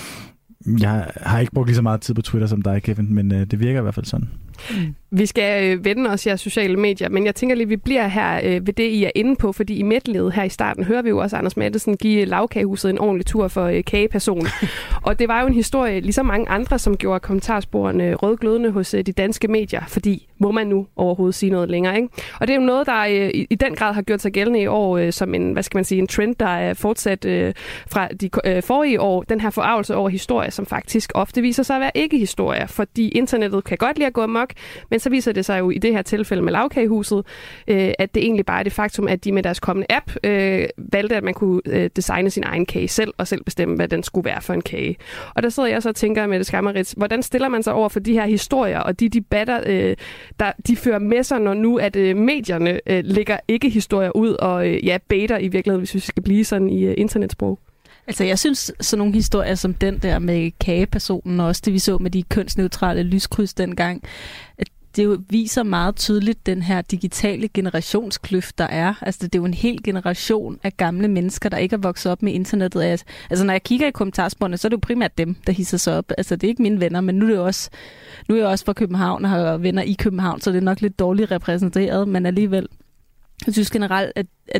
jeg har ikke brugt lige så meget tid på Twitter som dig, Kevin, men øh, det virker i hvert fald sådan. Mm. Vi skal øh, vende os jeres sociale medier, men jeg tænker lige, vi bliver her øh, ved det, I er inde på, fordi i medledet her i starten hører vi jo også Anders Matthesen give Lagkagehuset en ordentlig tur for øh, kagepersonen. Og det var jo en historie, ligesom mange andre, som gjorde kommentarsporene rødglødende hos øh, de danske medier, fordi må man nu overhovedet sige noget længere, ikke? Og det er jo noget, der øh, i, i den grad har gjort sig gældende i år øh, som en, hvad skal man sige, en trend, der er fortsat øh, fra de øh, forrige år. Den her forarvelse over historier, som faktisk ofte viser sig at være ikke-historier, fordi internettet kan godt lide at gå amok, men så viser det sig jo i det her tilfælde med Lagkagehuset, øh, at det egentlig bare er det faktum, at de med deres kommende app øh, valgte, at man kunne øh, designe sin egen kage selv, og selv bestemme, hvad den skulle være for en kage. Og der sidder jeg så og tænker, Mette Skammerits, hvordan stiller man sig over for de her historier, og de debatter, øh, der de fører med sig, når nu at øh, medierne øh, lægger ikke-historier ud, og øh, ja, baiter i virkeligheden, hvis vi skal blive sådan i øh, internetsprog? Altså, jeg synes, sådan nogle historier som den der med kagepersonen, og også det, vi så med de kønsneutrale lyskryds dengang, at det jo viser meget tydeligt den her digitale generationskløft, der er. Altså, det er jo en hel generation af gamle mennesker, der ikke er vokset op med internettet. Altså, når jeg kigger i kommentarsporene, så er det jo primært dem, der hisser sig op. Altså, det er ikke mine venner, men nu er det jo også, nu er jeg også fra København og har venner i København, så det er nok lidt dårligt repræsenteret, men alligevel. Jeg synes generelt, at, at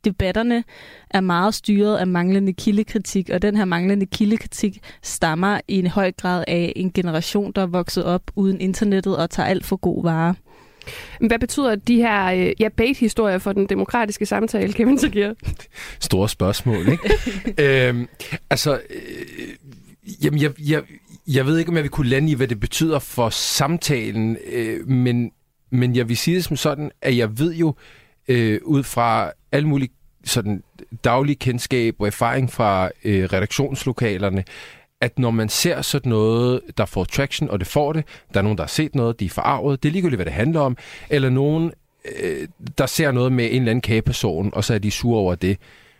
debatterne er meget styret af manglende kildekritik, og den her manglende kildekritik stammer i en høj grad af en generation, der er vokset op uden internettet og tager alt for god vare. Hvad betyder de her ja, bait-historier for den demokratiske samtale, Kevin Tagir? Store spørgsmål, ikke? øhm, altså, øh, jamen, jeg, jeg, jeg ved ikke, om jeg vil kunne lande i, hvad det betyder for samtalen, øh, men, men jeg vil sige det som sådan, at jeg ved jo, øh, ud fra alle mulige sådan daglige kendskab og erfaring fra øh, redaktionslokalerne, at når man ser sådan noget, der får traction, og det får det, der er nogen, der har set noget, de er forarvet, det er ligegyldigt, hvad det handler om, eller nogen, øh, der ser noget med en eller anden kageperson, og så er de sure over det.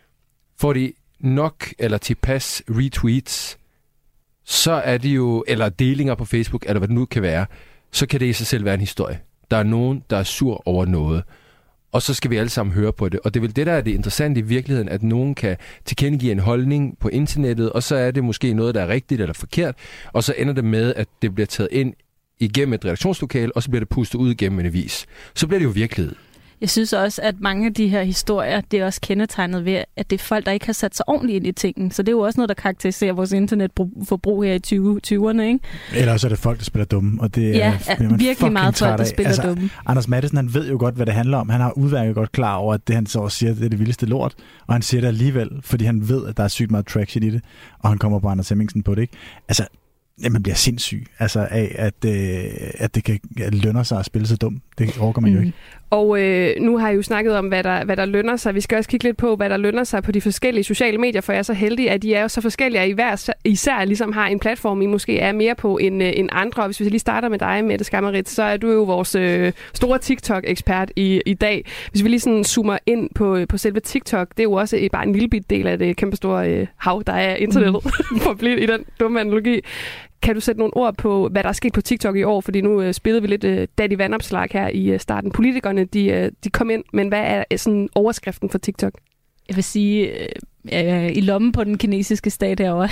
Får de nok eller tilpas retweets, så er det jo, eller delinger på Facebook, eller hvad det nu kan være, så kan det i sig selv være en historie. Der er nogen, der er sur over noget. Og så skal vi alle sammen høre på det. Og det er vel det, der er det interessante i virkeligheden, at nogen kan tilkendegive en holdning på internettet, og så er det måske noget, der er rigtigt eller forkert, og så ender det med, at det bliver taget ind igennem et redaktionslokale, og så bliver det pustet ud igennem en avis. Så bliver det jo virkelighed. Jeg synes også, at mange af de her historier, det er også kendetegnet ved, at det er folk, der ikke har sat sig ordentligt ind i tingene. Så det er jo også noget, der karakteriserer vores internetforbrug her i tyverne, ikke? Eller også er det folk, der spiller dumme, og det ja, er, er virkelig meget folk, der spiller altså, dumme. Anders Matthesen, han ved jo godt, hvad det handler om. Han har udværket godt klar over, at det, han så også siger, det er det vildeste lort, og han siger det alligevel, fordi han ved, at der er sygt meget traction i det, og han kommer på Anders Hemmingsen på det, ikke? Altså, ja, man bliver sindssyg altså af, at, øh, at det kan lønne sig at spille så dumt. Det overgår man mm. jo ikke. Og øh, nu har jeg jo snakket om, hvad der, hvad der lønner sig. Vi skal også kigge lidt på, hvad der lønner sig på de forskellige sociale medier, for jeg er så heldig, at de er jo så forskellige, at I hver især ligesom har en platform, I måske er mere på end, øh, end andre. Og hvis vi lige starter med dig, Mette Skammerit, så er du jo vores øh, store TikTok-ekspert i, i dag. Hvis vi lige sådan zoomer ind på, på selve TikTok, det er jo også øh, bare en lille bit del af det kæmpe store øh, hav, der er internettet, mm. for at blive i den dumme analogi. Kan du sætte nogle ord på, hvad der er sket på TikTok i år? Fordi nu øh, spillede vi lidt øh, Daddy Vandopslag her i øh, starten. Politikerne, de, øh, de kom ind, men hvad er øh, sådan overskriften for TikTok? Jeg vil sige, øh, i lommen på den kinesiske stat herovre.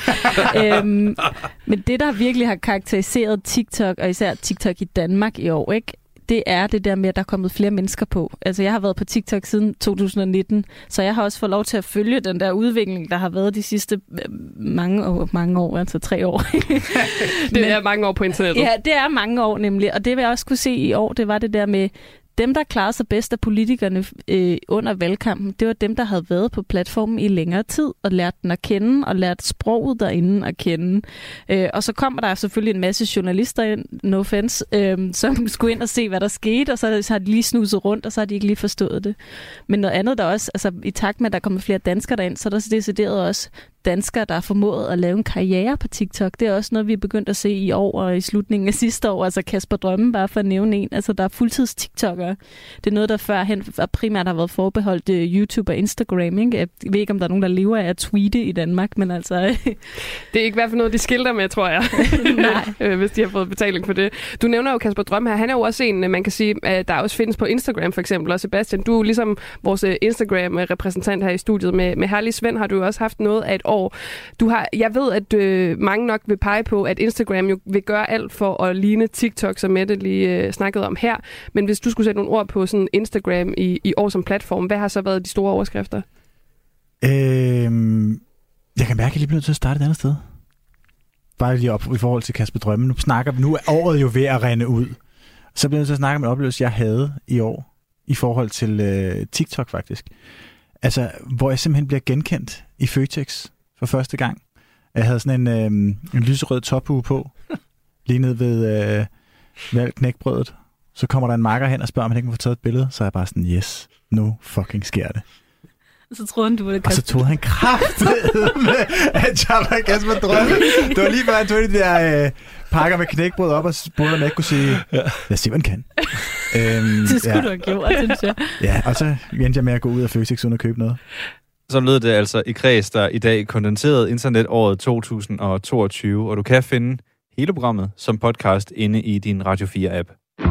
øhm, men det, der virkelig har karakteriseret TikTok, og især TikTok i Danmark i år, ikke? Det er det der med, at der er kommet flere mennesker på. Altså, jeg har været på TikTok siden to tusind nitten, så jeg har også fået lov til at følge den der udvikling, der har været de sidste mange år, mange år altså tre år. det Men, er mange år på internettet. Ja, det er mange år nemlig, og det vil jeg også kunne se i år, det var det der med, dem, der klarede sig bedst af politikerne øh, under valgkampen, det var dem, der havde været på platformen i længere tid og lært den at kende og lært sproget derinde at kende. Øh, og så kommer der selvfølgelig en masse journalister ind, no offense, øh, som skulle ind og se, hvad der skete, og så, så har de lige snuset rundt, og så har de ikke lige forstået det. Men noget andet, der også, altså i takt med, at der kommer flere danskere derind, så er der decideret også danskere, der har formået at lave en karriere på TikTok. Det er også noget, vi er begyndt at se i år og i slutningen af sidste år. Altså Kasper Drømme, bare for at nævne en. Altså der er fuldtids TikTokere. Det er noget, der førhen primært har været forbeholdt uh, YouTube og Instagram. Ikke? Jeg ved ikke, om der er nogen, der lever af at tweete i Danmark, men altså... det er ikke i hvert fald noget, de skilter med, tror jeg. Nej. Hvis de har fået betaling for det. Du nævner jo Kasper Drømme her. Han er jo også en, man kan sige, der også findes på Instagram for eksempel. Og Sebastian, du er ligesom vores Instagram-repræsentant her i studiet. Med, med Herlig Svend har du jo også haft noget af et år. Du har, jeg ved, at øh, mange nok vil pege på, at Instagram jo vil gøre alt for at ligne TikTok, som Mette lige øh, snakkede om her. Men hvis du skulle sætte nogle ord på sådan Instagram i, i år som platform, hvad har så været de store overskrifter? Øhm, jeg kan mærke, at jeg lige bliver nødt til at starte et andet sted. Bare lige op i forhold til Kasper Drømme. Nu snakker vi, nu er året jo ved at rende ud. Så bliver jeg nødt til at snakke om en oplevelse, jeg havde i år, i forhold til øh, TikTok faktisk. Altså, hvor jeg simpelthen bliver genkendt i Føtex for første gang. Jeg havde sådan en, øh, en lyserød tophue på, lige nede ved, øh, ved alt knækbrødet. Så kommer der en makker hen og spørger, om han ikke må få taget et billede. Så er jeg bare sådan, yes, nu fucking sker det. Så troede han, du var det. Og så tog han kraftedeme, at jeg var Kasper Drømme. Det var lige før, han tog de der øh, pakker med knækbrød op og spurgte, om jeg ikke kunne sige, lad os se, hvad han kan. øhm, det skulle ja. du have gjort, synes jeg. Ja, og så endte jeg med at gå ud af Føtex uden at købe noget. Så lød det altså i Kreds, der i dag kondenserede internetåret to tusind toogtyve, og du kan finde hele programmet som podcast inde i din Radio fire-app.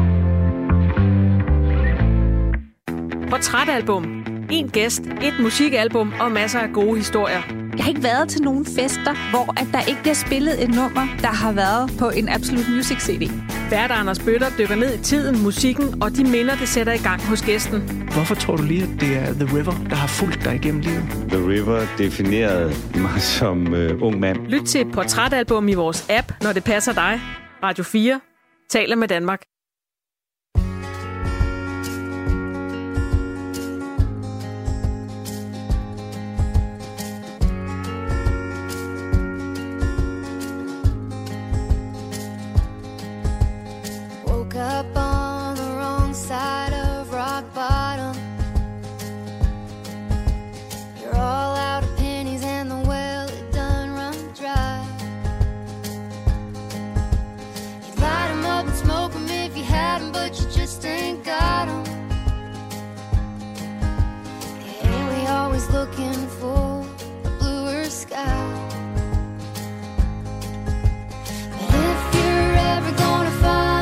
Portrætalbum. En gæst, et musikalbum og masser af gode historier. Jeg har ikke været til nogen fester, hvor at der ikke bliver spillet et nummer, der har været på en Absolute Music C D. Vært Anders Bøtter dykker ned i tiden, musikken og de minder, det sætter i gang hos gæsten. Hvorfor tror du lige, at det er The River, der har fulgt dig igennem livet? The River definerede mig som øh, ung mand. Lyt til et portrætalbum i vores app, når det passer dig. Radio fire taler med Danmark. Up on the wrong side of rock bottom. You're all out of pennies and the well it done run dry. You'd light 'em up and smoke 'em if you had 'em, but you just ain't got 'em. Ain't we always looking for a bluer sky? But if you're ever gonna find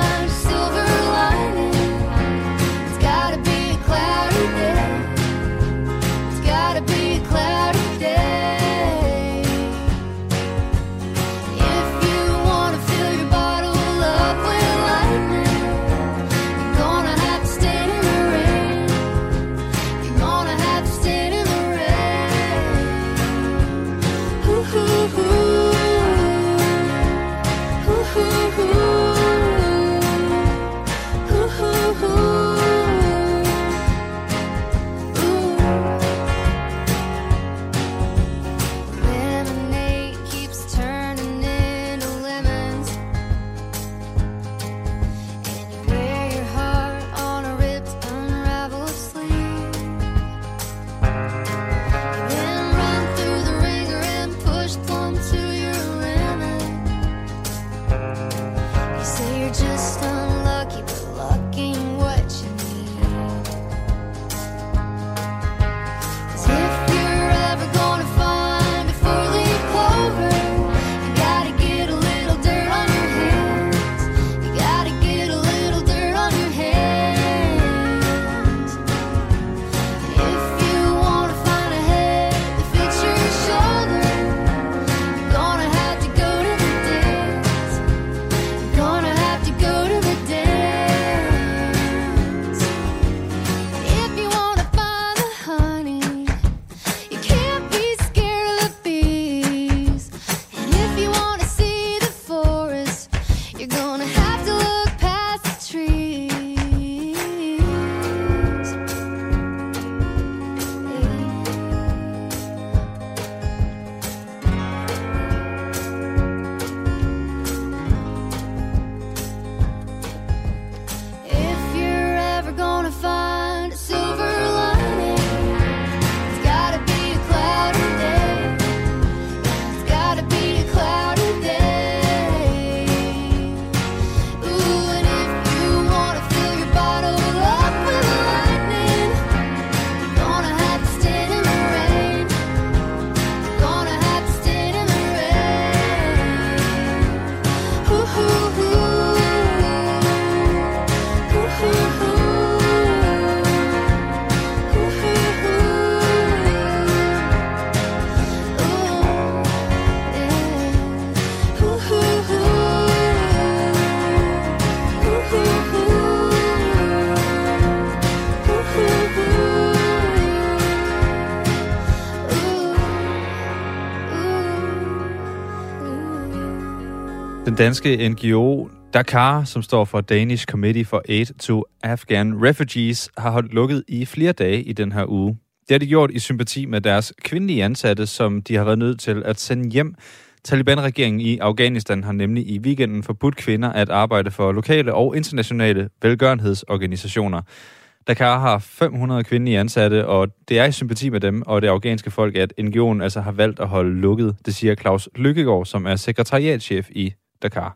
Den danske N G O Dakar, som står for Danish Committee for Aid to Afghan Refugees, har holdt lukket i flere dage i den her uge. Det har de gjort i sympati med deres kvindelige ansatte, som de har været nødt til at sende hjem. Taliban-regeringen i Afghanistan har nemlig i weekenden forbudt kvinder at arbejde for lokale og internationale velgørenhedsorganisationer. Dakar har fem hundrede kvindelige ansatte, og det er i sympati med dem og det afghanske folk, at N G O'en altså har valgt at holde lukket. Det siger Claus Lykkegaard, som er sekretariatschef i Dakar.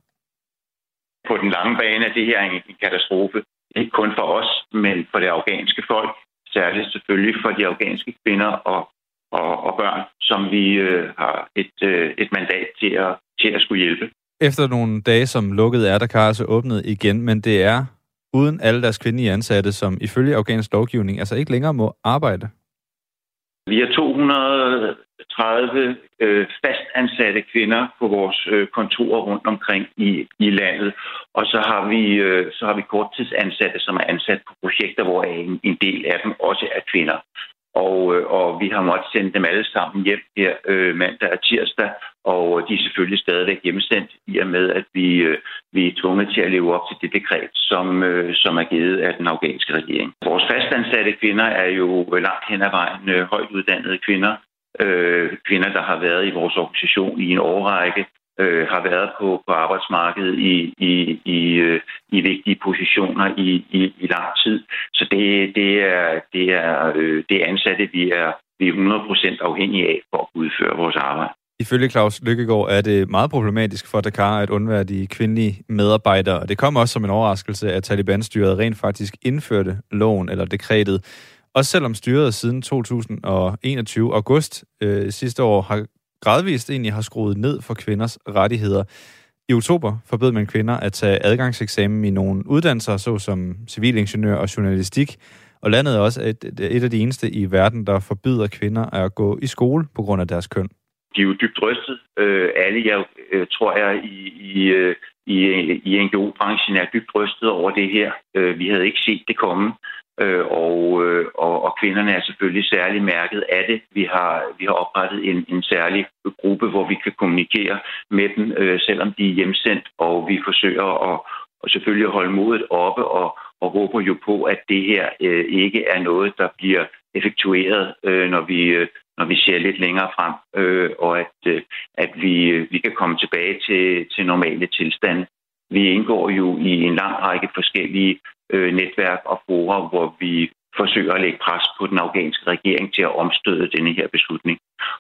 På den lange bane er det her en katastrofe. Ikke kun for os, men for det afghanske folk. Særligt selvfølgelig for de afghanske kvinder og, og, og børn, som vi øh, har et, øh, et mandat til at, til at skulle hjælpe. Efter nogle dage, som lukket, er Dakar altså åbnet igen, men det er uden alle deres kvindelige ansatte, som ifølge afghansk lovgivning altså ikke længere må arbejde. Vi har to hundrede og tredive øh, fastansatte kvinder på vores øh, kontorer rundt omkring i, i landet, og så har vi øh, så har vi korttidsansatte, som er ansat på projekter, hvor en, en del af dem også er kvinder. Og, øh, og vi har måttet sende dem alle sammen hjem her øh, mandag og tirsdag, og de er selvfølgelig stadigvæk hjemsendt i og med, at vi, øh, vi er tvunget til at leve op til det dekret, som, øh, som er givet af den afghanske regering. Vores fastansatte kvinder er jo langt hen ad vejen øh, højt uddannede kvinder, øh, kvinder, der har været i vores organisation i en årrække, øh, har været på, på arbejdsmarkedet i, i, i, øh, i vigtige positioner i, i, i lang tid. Så det, det er, det er øh, det ansatte, vi er, vi er hundrede procent afhængige af for at udføre vores arbejde. Ifølge Claus Lykkegaard er det meget problematisk for Dakar at undvære de kvindelige medarbejdere, og det kom også som en overraskelse, at Taliban-styret rent faktisk indførte loven eller dekretet. Også selvom styret siden to tusind og enogtyve august øh, sidste år har gradvist egentlig har skruet ned for kvinders rettigheder. I oktober forbød man kvinder at tage adgangseksamen i nogle uddannelser, såsom civilingeniør og journalistik, og landet er også et, et af de eneste i verden, der forbyder kvinder at gå i skole på grund af deres køn. De er jo dybt rystet. Øh, alle, jeg øh, tror jeg, i, i, i, i N G O-branchen er dybt rystet over det her. Øh, vi havde ikke set det komme. Øh, og, øh, og, og kvinderne er selvfølgelig særlig mærket af det. Vi har, vi har oprettet en, en særlig gruppe, hvor vi kan kommunikere med dem, øh, selvom de er hjemsendt, og vi forsøger at og selvfølgelig holde modet oppe og, og håber jo på, at det her øh, ikke er noget, der bliver effektueret, øh, når vi øh, når vi ser lidt længere frem, øh, og at, øh, at vi, øh, vi kan komme tilbage til, til normale tilstande. Vi indgår jo i en lang række forskellige øh, netværk og forer, hvor vi forsøger at lægge pres på den afghanske regering til at omstøde denne her beslutning.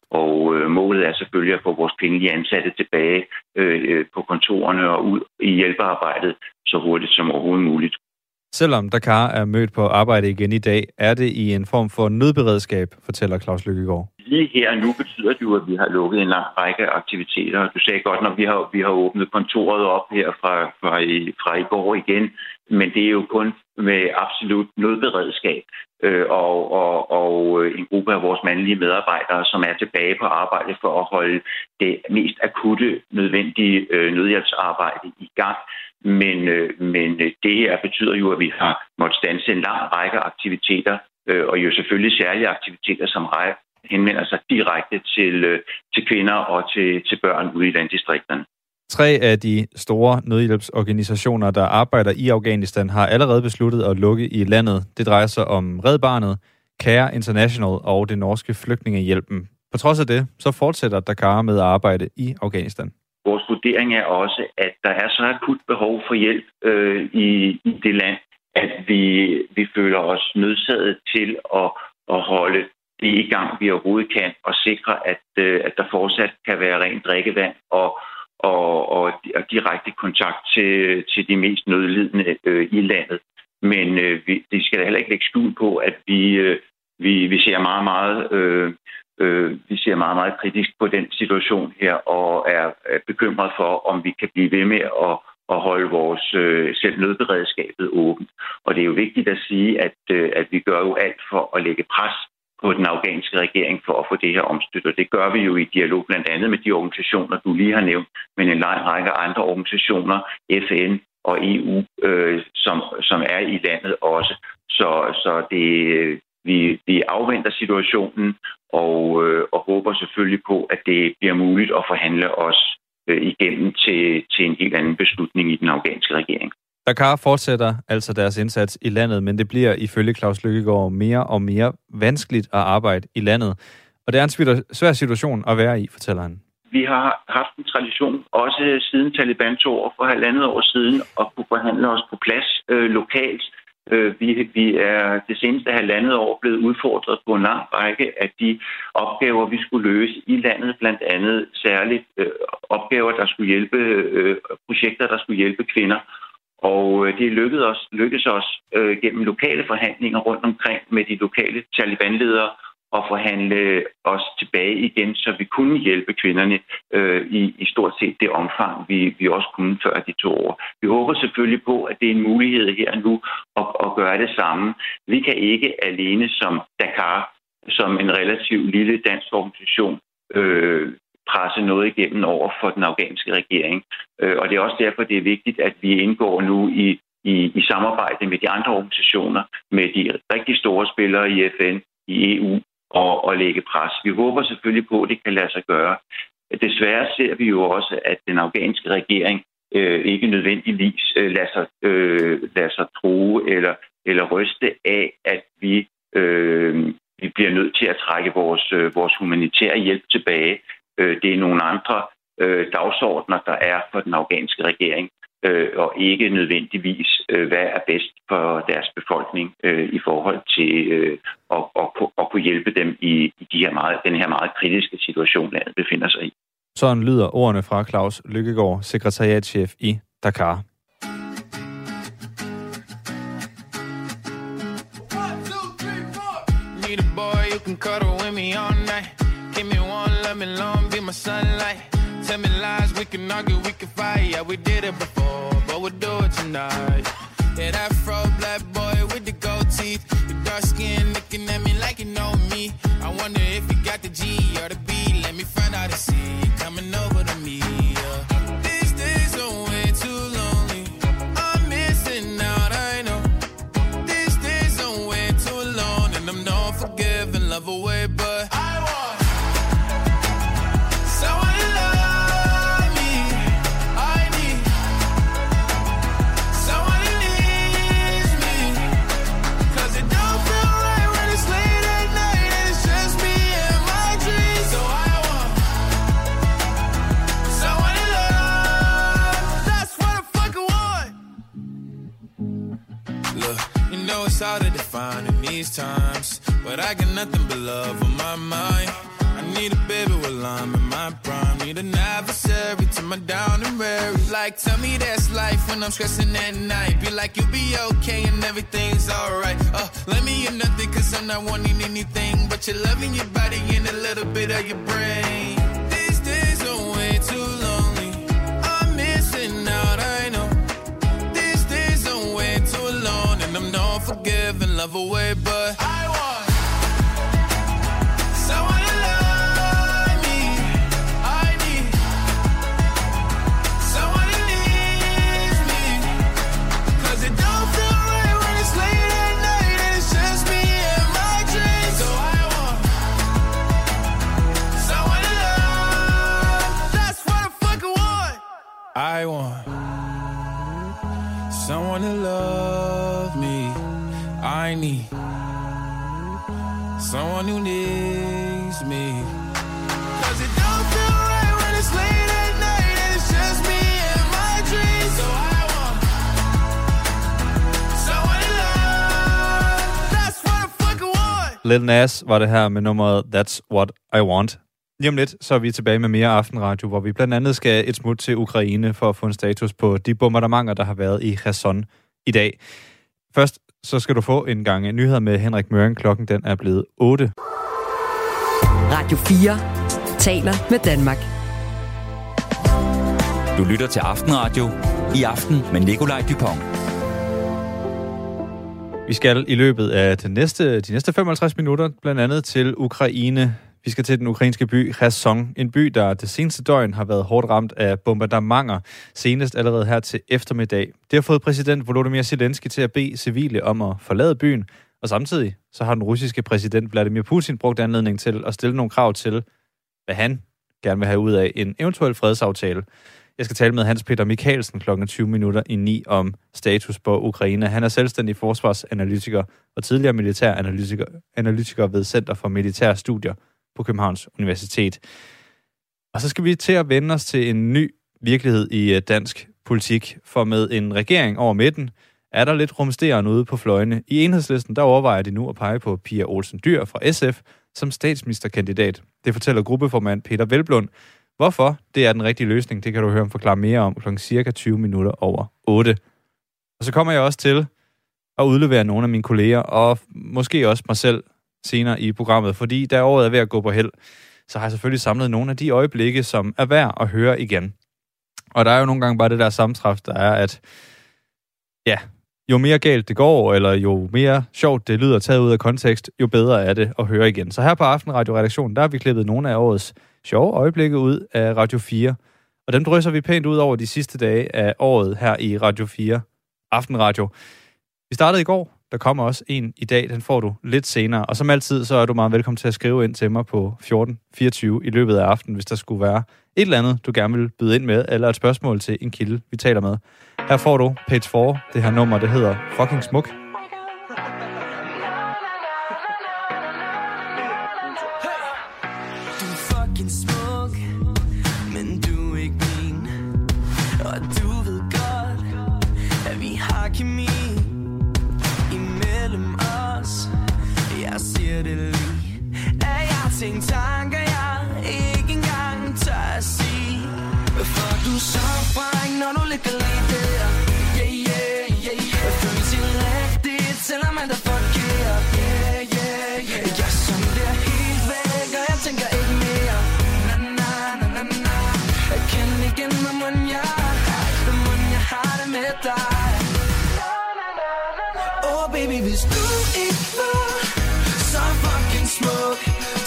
Og øh, målet er selvfølgelig at få vores kvindelige ansatte tilbage øh, på kontorerne og ud i hjælpearbejdet så hurtigt som overhovedet muligt. Selvom Dakar er mødt på arbejde igen i dag, er det i en form for nødberedskab, fortæller Claus Lykkegaard. Lige her nu betyder det jo, at vi har lukket en lang række aktiviteter. Du sagde godt, når vi har, vi har åbnet kontoret op her fra, fra, i, fra i går igen, men det er jo kun med absolut nødberedskab øh, og, og, og en gruppe af vores mandlige medarbejdere, som er tilbage på arbejde for at holde det mest akutte, nødvendige øh, nødhjælpsarbejde i gang. Men, øh, men det her betyder jo, at vi har måttet standse en lang række aktiviteter, øh, og jo selvfølgelig særlige aktiviteter, som rækker henvender sig direkte til, øh, til kvinder og til, til børn ude i landdistrikterne. Tre af de store nødhjælpsorganisationer, der arbejder i Afghanistan, har allerede besluttet at lukke i landet. Det drejer sig om Red Barnet, Care International og det norske Flygtningehjælpen. På trods af det, så fortsætter Dakar med at arbejde i Afghanistan. Vores vurdering er også, at der er så akut behov for hjælp øh, i, i det land, at vi, vi føler os nødsaget til at, at holde det i gang, vi overhovedet kan, og sikre, at, øh, at der fortsat kan være rent drikkevand og, og, og, og direkte kontakt til, til de mest nødlidende øh, i landet. Men øh, vi, det skal da heller ikke lægge skjul på, at vi, øh, vi, vi ser meget, meget... Øh, Øh, vi ser meget, meget kritisk på den situation her, og er, er bekymret for, om vi kan blive ved med at, at holde vores øh, selv nødberedskabet åbent. Og det er jo vigtigt at sige, at, øh, at vi gør jo alt for at lægge pres på den afghanske regering for at få det her omstødt. Og det gør vi jo i dialog blandt andet med de organisationer, du lige har nævnt, men en lang række andre organisationer, F N og E U, øh, som, som er i landet også. Så, så det Vi, vi afventer situationen og, øh, og håber selvfølgelig på, at det bliver muligt at forhandle os øh, igennem til, til en helt anden beslutning i den afghanske regering. Dakar fortsætter altså deres indsats i landet, men det bliver ifølge Claus Lykkegaard mere og mere vanskeligt at arbejde i landet. Og det er en svær situation at være i, fortæller han. Vi har haft en tradition, også siden Taliban tog over for halvandet år siden, at kunne forhandle os på plads øh, lokalt. Vi, vi er det seneste halvandet år blevet udfordret på en lang række af de opgaver, vi skulle løse i landet, blandt andet særligt øh, opgaver, der skulle hjælpe, øh, projekter, der skulle hjælpe kvinder. Og øh, det lykkedes os, lykkedes os øh, gennem lokale forhandlinger rundt omkring med de lokale Taliban-ledere at forhandle os tilbage igen, så vi kunne hjælpe kvinderne øh, i, i stort set det omfang, vi, vi også kunne før de to år. Vi håber selvfølgelig på, at det er en mulighed her nu at, at gøre det samme. Vi kan ikke alene som Dakar som en relativt lille dansk organisation øh, presse noget igennem over for den afghanske regering. Øh, og det er også derfor, det er vigtigt, at vi indgår nu i, i, i samarbejde med de andre organisationer, med de rigtig store spillere i F N, i E U, og, og lægge pres. Vi håber selvfølgelig på, at det kan lade sig gøre. Desværre ser vi jo også, at den afghanske regering øh, ikke nødvendigvis øh, lader sig, øh, lader sig true eller, eller ryste af, at vi, øh, vi bliver nødt til at trække vores, øh, vores humanitære hjælp tilbage. Øh, det er nogle andre øh, dagsordner, der er for den afghanske regering, øh, og ikke nødvendigvis, øh, hvad er bedst for deres befolkning øh, i forhold til øh, at, at, at kunne hjælpe dem i, i de her meget, den her meget kritiske situation, landet befinder sig i. Sådan lyder ordene fra Claus Lykkegaard, sekretariatschef i Dakar. Need a boy you can cuddle with me all night. Give me one, let me long, be my sunlight. Tell me lies, we can argue, we can fight. Yeah, we did it before, but we'll do it tonight. Yeah, that fro black boy with the gold teeth, the dark skin looking at me like you know me. I wonder if you got the G or the B. Let me find out and see you coming over to me. Yeah. These days are way too lonely. I'm missing out, I know. These days are way too long, and I'm not forgiving, love away, but I want someone to love me. I need someone who needs me, 'cause it don't feel right when it's late at night and it's just me and my dreams. So I want someone to love. That's what I fucking want. Look, you know it's hard to define in these times, but I got nothing but love on my mind. I need a baby while I'm in my prime. Need an adversary to my down and weary. Like, tell me that's life when I'm stressing at night. Be like, you'll be okay and everything's alright. Uh, let me in nothing, 'cause I'm not wanting anything but your loving, your body and a little bit of your brain. These days are way too lonely. I'm missing out, I know. These days are way too long, and I'm not forgiving, love away, but I want someone to love me. I need someone who needs me, 'cause it don't feel right when it's late at night and it's just me and my dreams. So I want someone to love. That's what I fucking want. I want someone to love me. I need someone who needs me, 'cause it don't feel right when it's late at night and it's just me and my dreams. So I want someone to love. That's what I fucking want. Lil Nas var det her med nummeret That's What I Want. Lige om lidt, så er vi tilbage med mere Aftenradio, hvor vi blandt andet skal et smut til Ukraine for at få en status på de bombardementer, der har været i Kherson i dag. Først så skal du få en gang nyheder med Henrik Møring. Klokken den er blevet otte. Radio fire taler med Danmark. Du lytter til Aftenradio. I aften med Nikolaj Dupont. Vi skal i løbet af de næste, de næste femoghalvtreds minutter blandt andet til Ukraine. Vi skal til den ukrainske by Kherson, en by, der det seneste døgn har været hårdt ramt af bombardementer, senest allerede her til eftermiddag. Det har fået præsident Volodymyr Zelensky til at bede civile om at forlade byen, og samtidig så har den russiske præsident Vladimir Putin brugt anledning til at stille nogle krav til, hvad han gerne vil have ud af en eventuel fredsaftale. Jeg skal tale med Hans Peter Michaelsen klokken tyve minutter i ni om status på Ukraine. Han er selvstændig forsvarsanalytiker og tidligere militæranalytiker analytiker ved Center for Militære Studier på Københavns Universitet. Og så skal vi til at vende os til en ny virkelighed i dansk politik, for med en regering over midten er der lidt rumsteren ude på fløjene. I Enhedslisten der overvejer de nu at pege på Pia Olsen Dyhr fra S F som statsministerkandidat. Det fortæller gruppeformand Peter Velblund. Hvorfor det er den rigtige løsning, det kan du høre om forklare mere om klokken cirka tyve minutter over otte. Og så kommer jeg også til at udlevere nogle af mine kolleger, og måske også mig selv senere i programmet, fordi da året er ved at gå på held, så har jeg selvfølgelig samlet nogle af de øjeblikke, som er værd at høre igen. Og der er jo nogle gange bare det der sammentræf, der er, at ja, jo mere galt det går, eller jo mere sjovt det lyder taget ud af kontekst, jo bedre er det at høre igen. Så her på Aftenradio-redaktionen, der har vi klippet nogle af årets sjove øjeblikke ud af Radio fire. Og dem drysser vi pænt ud over de sidste dage af året her i Radio fire Aftenradio. Vi startede i går. Der kommer også en i dag. Den får du lidt senere. Og som altid, så er du meget velkommen til at skrive ind til mig på fjorten fireogtyve i løbet af aftenen, hvis der skulle være et eller andet, du gerne vil byde ind med, eller et spørgsmål til en kilde, vi taler med. Her får du Page fire. Det her nummer, det hedder Fucking Smuk. Tanker jeg ikke engang tør at sige. For du er så fræk, når du ligger lige der. Yeah, yeah, yeah, yeah. Føles helt rigtigt, selvom man er forkert. Yeah, yeah, yeah. Jeg er sådan der helt væk, og jeg tænker ikke mere. Na, na, na, na, na. Jeg kender igen, hvordan jeg hvordan jeg har det med dig. Oh baby, hvis du ikke var så fucking smuk.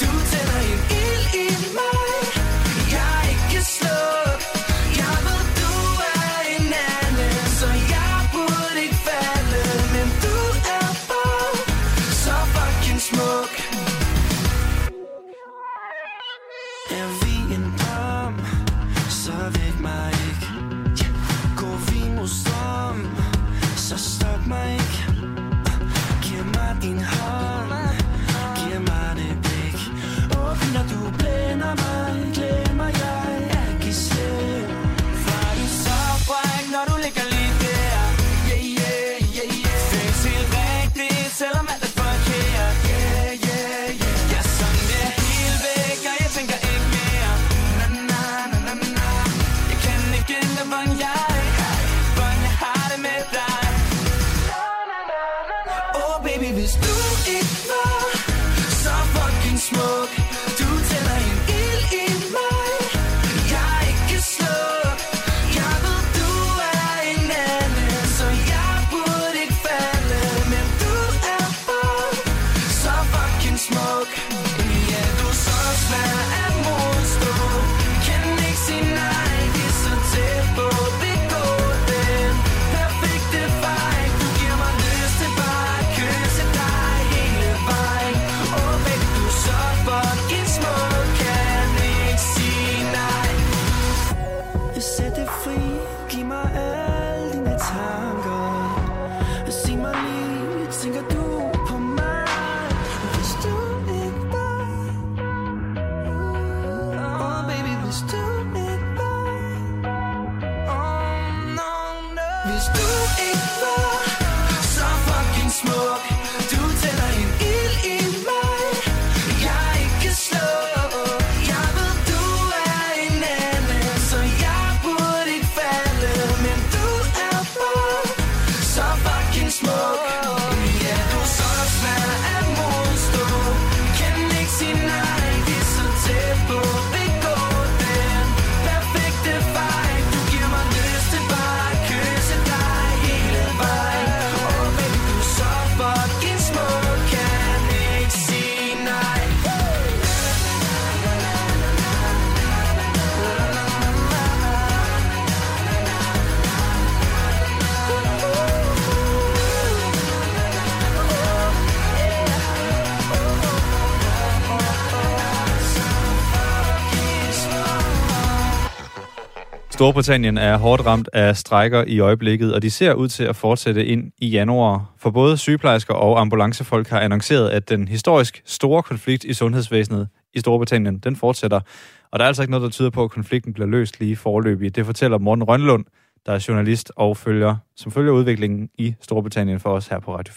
Storbritannien er hårdt ramt af strejker i øjeblikket, og de ser ud til at fortsætte ind i januar. For både sygeplejersker og ambulancefolk har annonceret, at den historisk store konflikt i sundhedsvæsenet i Storbritannien, den fortsætter. Og der er altså ikke noget, der tyder på, at konflikten bliver løst lige foreløbig. Det fortæller Morten Rønlund, der er journalist og følger, som følger udviklingen i Storbritannien for os her på Radio fire.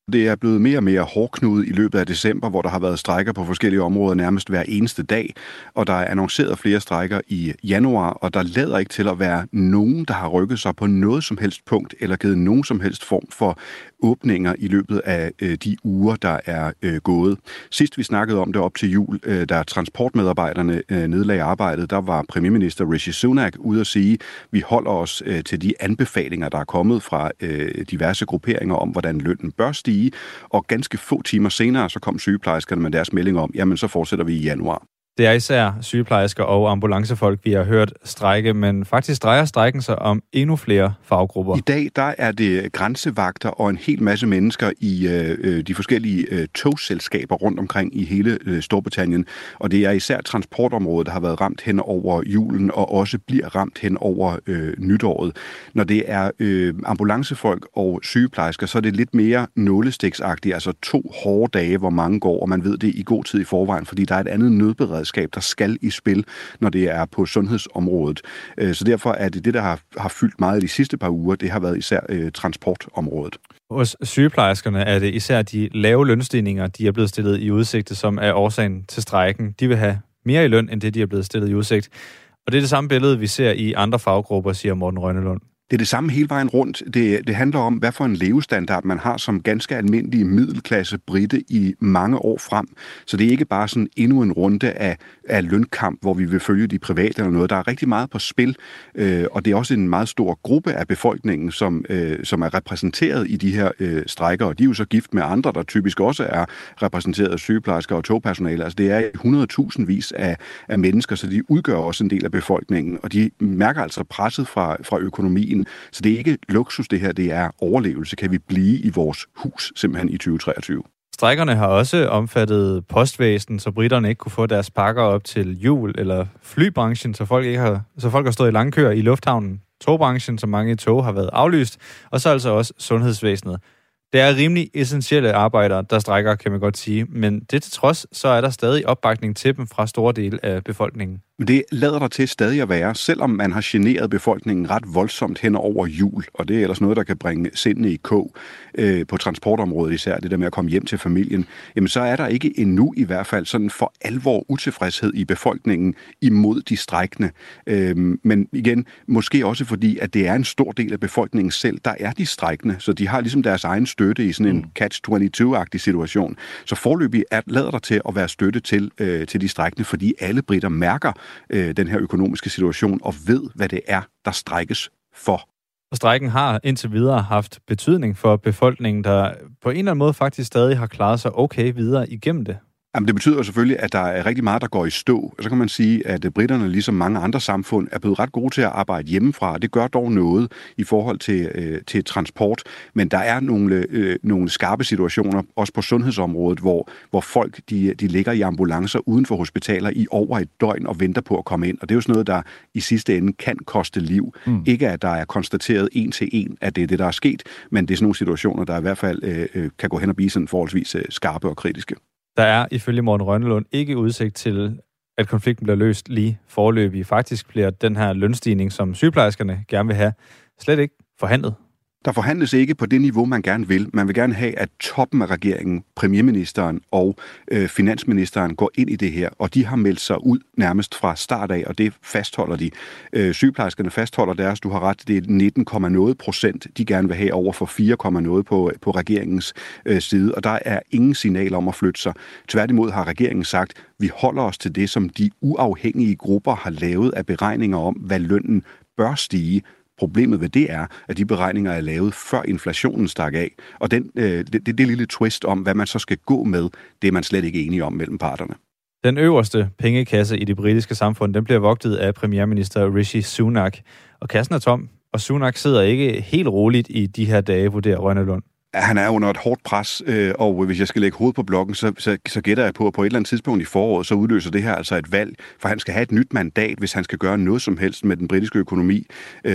Det er blevet mere og mere hårdknudet i løbet af december, hvor der har været strejker på forskellige områder nærmest hver eneste dag, og der er annonceret flere strejker i januar, og der lader ikke til at være nogen, der har rykket sig på noget som helst punkt, eller givet nogen som helst form for åbninger i løbet af øh, de uger, der er øh, gået. Sidst vi snakkede om det op til jul, øh, da transportmedarbejderne øh, nedlagde arbejdet, der var premierminister Rishi Sunak ude at sige, vi holder os øh, til de anbefalinger, der er kommet fra øh, diverse grupperinger om, hvordan lønnen bør stige, og ganske få timer senere, så kom sygeplejerskerne med deres melding om, jamen så fortsætter vi i januar. Det er især sygeplejersker og ambulancefolk, vi har hørt strejke, men faktisk drejer strejken sig om endnu flere faggrupper. I dag der er det grænsevagter og en hel masse mennesker i øh, de forskellige øh, togselskaber rundt omkring i hele øh, Storbritannien, og det er især transportområdet, der har været ramt hen over julen og også bliver ramt hen over øh, nytåret. Når det er øh, ambulancefolk og sygeplejersker, så er det lidt mere nålestiksagtigt, altså to hårde dage, hvor mange går, og man ved det i god tid i forvejen, fordi der er et andet nødberedskab, der skal i spil, når det er på sundhedsområdet. Så derfor er det det, der har, har fyldt meget de sidste par uger. Det har været især øh, transportområdet. Hos sygeplejerskerne er det især de lave lønstigninger, de er blevet stillet i udsigt, som er årsagen til strejken. De vil have mere i løn, end det, de er blevet stillet i udsigt. Og det er det samme billede, vi ser i andre faggrupper, siger Morten Rønnelund. Det er det samme hele vejen rundt. Det, det handler om, hvad for en levestandard man har som ganske almindelig middelklasse britte i mange år frem. Så det er ikke bare sådan endnu en runde af, af lønkamp, hvor vi vil følge de private eller noget. Der er rigtig meget på spil, øh, og det er også en meget stor gruppe af befolkningen, som, øh, som er repræsenteret i de her øh, strejker. Og de er jo så gift med andre, der typisk også er repræsenteret af sygeplejersker og togpersonale. Altså det er hundredtusindvis af, af mennesker, så de udgør også en del af befolkningen, og de mærker altså presset fra, fra økonomien. Så det er ikke luksus, det her, det er overlevelse. Kan vi blive i vores hus simpelthen i tyve treogtyve? Strejkerne har også omfattet postvæsen, så britterne ikke kunne få deres pakker op til jul, eller flybranchen, så folk, ikke har, så folk har stået i lange køer i lufthavnen. Togbranchen, så mange tog har været aflyst, og så altså også sundhedsvæsenet. Det er rimelig essentielle arbejdere, der strejker, kan man godt sige, men det til trods, så er der stadig opbakning til dem fra store dele af befolkningen. Men det lader der til stadig at være, selvom man har generet befolkningen ret voldsomt hen over jul, og det er ellers noget, der kan bringe sindene i kog øh, på transportområdet især, det der med at komme hjem til familien, jamen så er der ikke endnu i hvert fald sådan for alvor utilfredshed i befolkningen imod de strejkende. Øh, men igen, måske også fordi, at det er en stor del af befolkningen selv, der er de strejkende, så de har ligesom deres egen støtte i sådan en catch twenty-two-agtig situation. Så foreløbig er, lader der til at være støtte til, øh, til de strejkende, fordi alle britter mærker den her økonomiske situation og ved, hvad det er, der strejkes for. Og strejken har indtil videre haft betydning for befolkningen, der på en eller anden måde faktisk stadig har klaret sig okay videre igennem det. Jamen, det betyder selvfølgelig, at der er rigtig meget, der går i stå. Og så kan man sige, at britterne, ligesom mange andre samfund, er blevet ret gode til at arbejde hjemmefra. Det gør dog noget i forhold til, øh, til transport. Men der er nogle, øh, nogle skarpe situationer, også på sundhedsområdet, hvor, hvor folk de, de ligger i ambulancer uden for hospitaler i over et døgn og venter på at komme ind. Og det er jo sådan noget, der i sidste ende kan koste liv. Mm. Ikke at der er konstateret en til en, at det er det, der er sket, men det er sådan nogle situationer, der i hvert fald øh, kan gå hen og blive sådan forholdsvis øh, skarpe og kritiske. Der er ifølge Morten Rønnelund ikke udsigt til, at konflikten bliver løst lige foreløbig. Faktisk bliver den her lønstigning, som sygeplejerskerne gerne vil have, slet ikke forhandlet. Der forhandles ikke på det niveau, man gerne vil. Man vil gerne have, at toppen af regeringen, premierministeren og øh, finansministeren går ind i det her, og de har meldt sig ud nærmest fra start af, og det fastholder de. Øh, sygeplejerskerne fastholder deres, du har ret, det er nitten komma nul procent, de gerne vil have over for fire komma nul på, på regeringens øh, side, og der er ingen signal om at flytte sig. Tværtimod har regeringen sagt, vi holder os til det, som de uafhængige grupper har lavet af beregninger om, hvad lønnen bør stige. Problemet ved det er, at de beregninger er lavet før inflationen stak af. Og den, øh, det, det, det lille twist om, hvad man så skal gå med, det er man slet ikke enige om mellem parterne. Den øverste pengekasse i det britiske samfund, den bliver vogtet af premierminister Rishi Sunak. Og kassen er tom, og Sunak sidder ikke helt roligt i de her dage, vurderer Rønnelund. Han er under et hårdt pres, og hvis jeg skal lægge hovedet på blokken, så, så, så gætter jeg på, at på et eller andet tidspunkt i foråret, så udløser det her altså et valg, for han skal have et nyt mandat, hvis han skal gøre noget som helst med den britiske økonomi.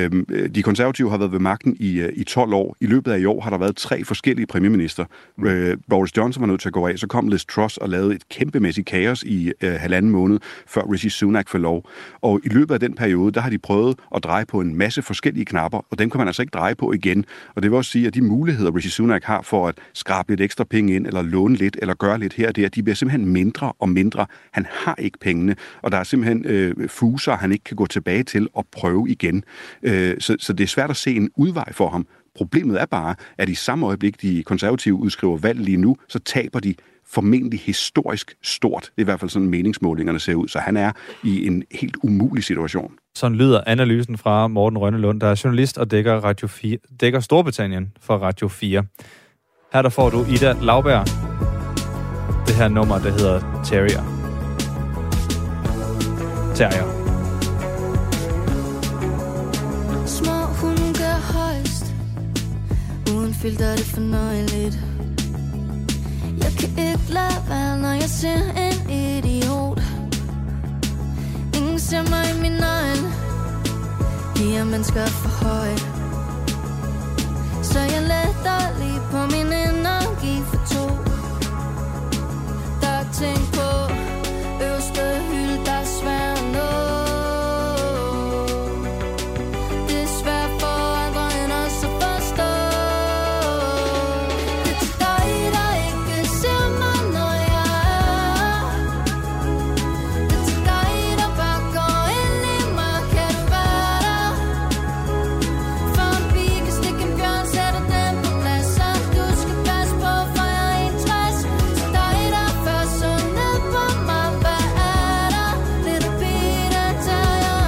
De konservative har været ved magten i, i tolv år. I løbet af i år har der været tre forskellige premierminister. Mm. Boris Johnson var nødt til at gå af, så kom Liz Truss og lavede et kæmpemæssigt kaos i uh, halvanden måned, før Rishi Sunak fik lov. Og i løbet af den periode, der har de prøvet at dreje på en masse forskellige knapper, og dem kan man altså ikke dreje på igen. Og det vil også sige, at de muligheder, Rishi Sunak Sunak har for at skrabe lidt ekstra penge ind, eller låne lidt, eller gøre lidt her og der, de bliver simpelthen mindre og mindre. Han har ikke pengene, og der er simpelthen øh, fuser, han ikke kan gå tilbage til og prøve igen. Øh, så, så det er svært at se en udvej for ham. Problemet er bare, at i samme øjeblik, de konservative udskriver valg lige nu, så taber de formentlig historisk stort. Det er i hvert fald sådan, meningsmålingerne ser ud. Så han er i en helt umulig situation. Sådan lyder analysen fra Morten Rønnelund, der er journalist og dækker, Radio fire, dækker Storbritannien for Radio fire. Her der får du Ida Lauberg. Det her nummer, der hedder Terrier. Terrier. Små hunde gør højst. Uden filter er det fornøjeligt. Jeg kan ikke lade være, når jeg ser en idiot. Ingen ser mig i min øjne. De her mennesker er for højt. Så jeg letter lige på min energi for to. Der er ting på øverste hylde, der er svært at nå. Det er svært for andre end os at forstå. Det er til dig, der ikke ser mig, når jeg er. Det er til dig, der bare går ind i mig. Kan du være der? For en pige kan stikke en bjørn, sætter den på plads. Så du skal passe på, for jeg er enogtres. Til dig, der først så ned på mig. Hvad er der? Little Peter Terrier.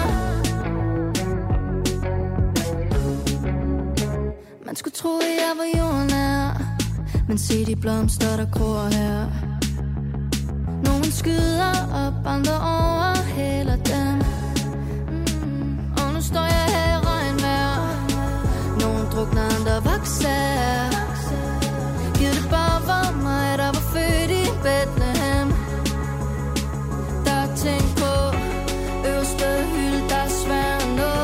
Man skulle tro, at jeg var jordnær, men se de blomster, der gror her. Nogen skyder op, andre overhælder dem. Mm. Og nu står jeg her i regnvejr. Nogen drukner, andre vokser. Giv det bare for mig, der var født i Bethlehem. Der er ting på øverste hylde, der er svært at nå.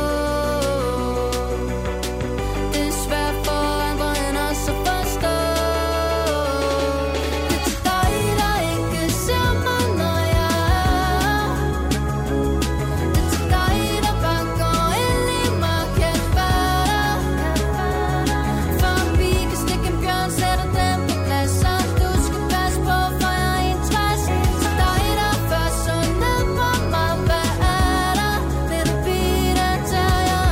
Det er svært for andre end os at forstå. Det er til dig, der ikke ser mig, når jeg er. Det er til dig, der bare går ind i mig. Kan du være der? For en pige kan stikke en bjørn, sætter den på plads. Så du skal passe på, for jeg er enogtres. Til dig, der først så ned på mig. Hvad er der? Little Peter Terrier.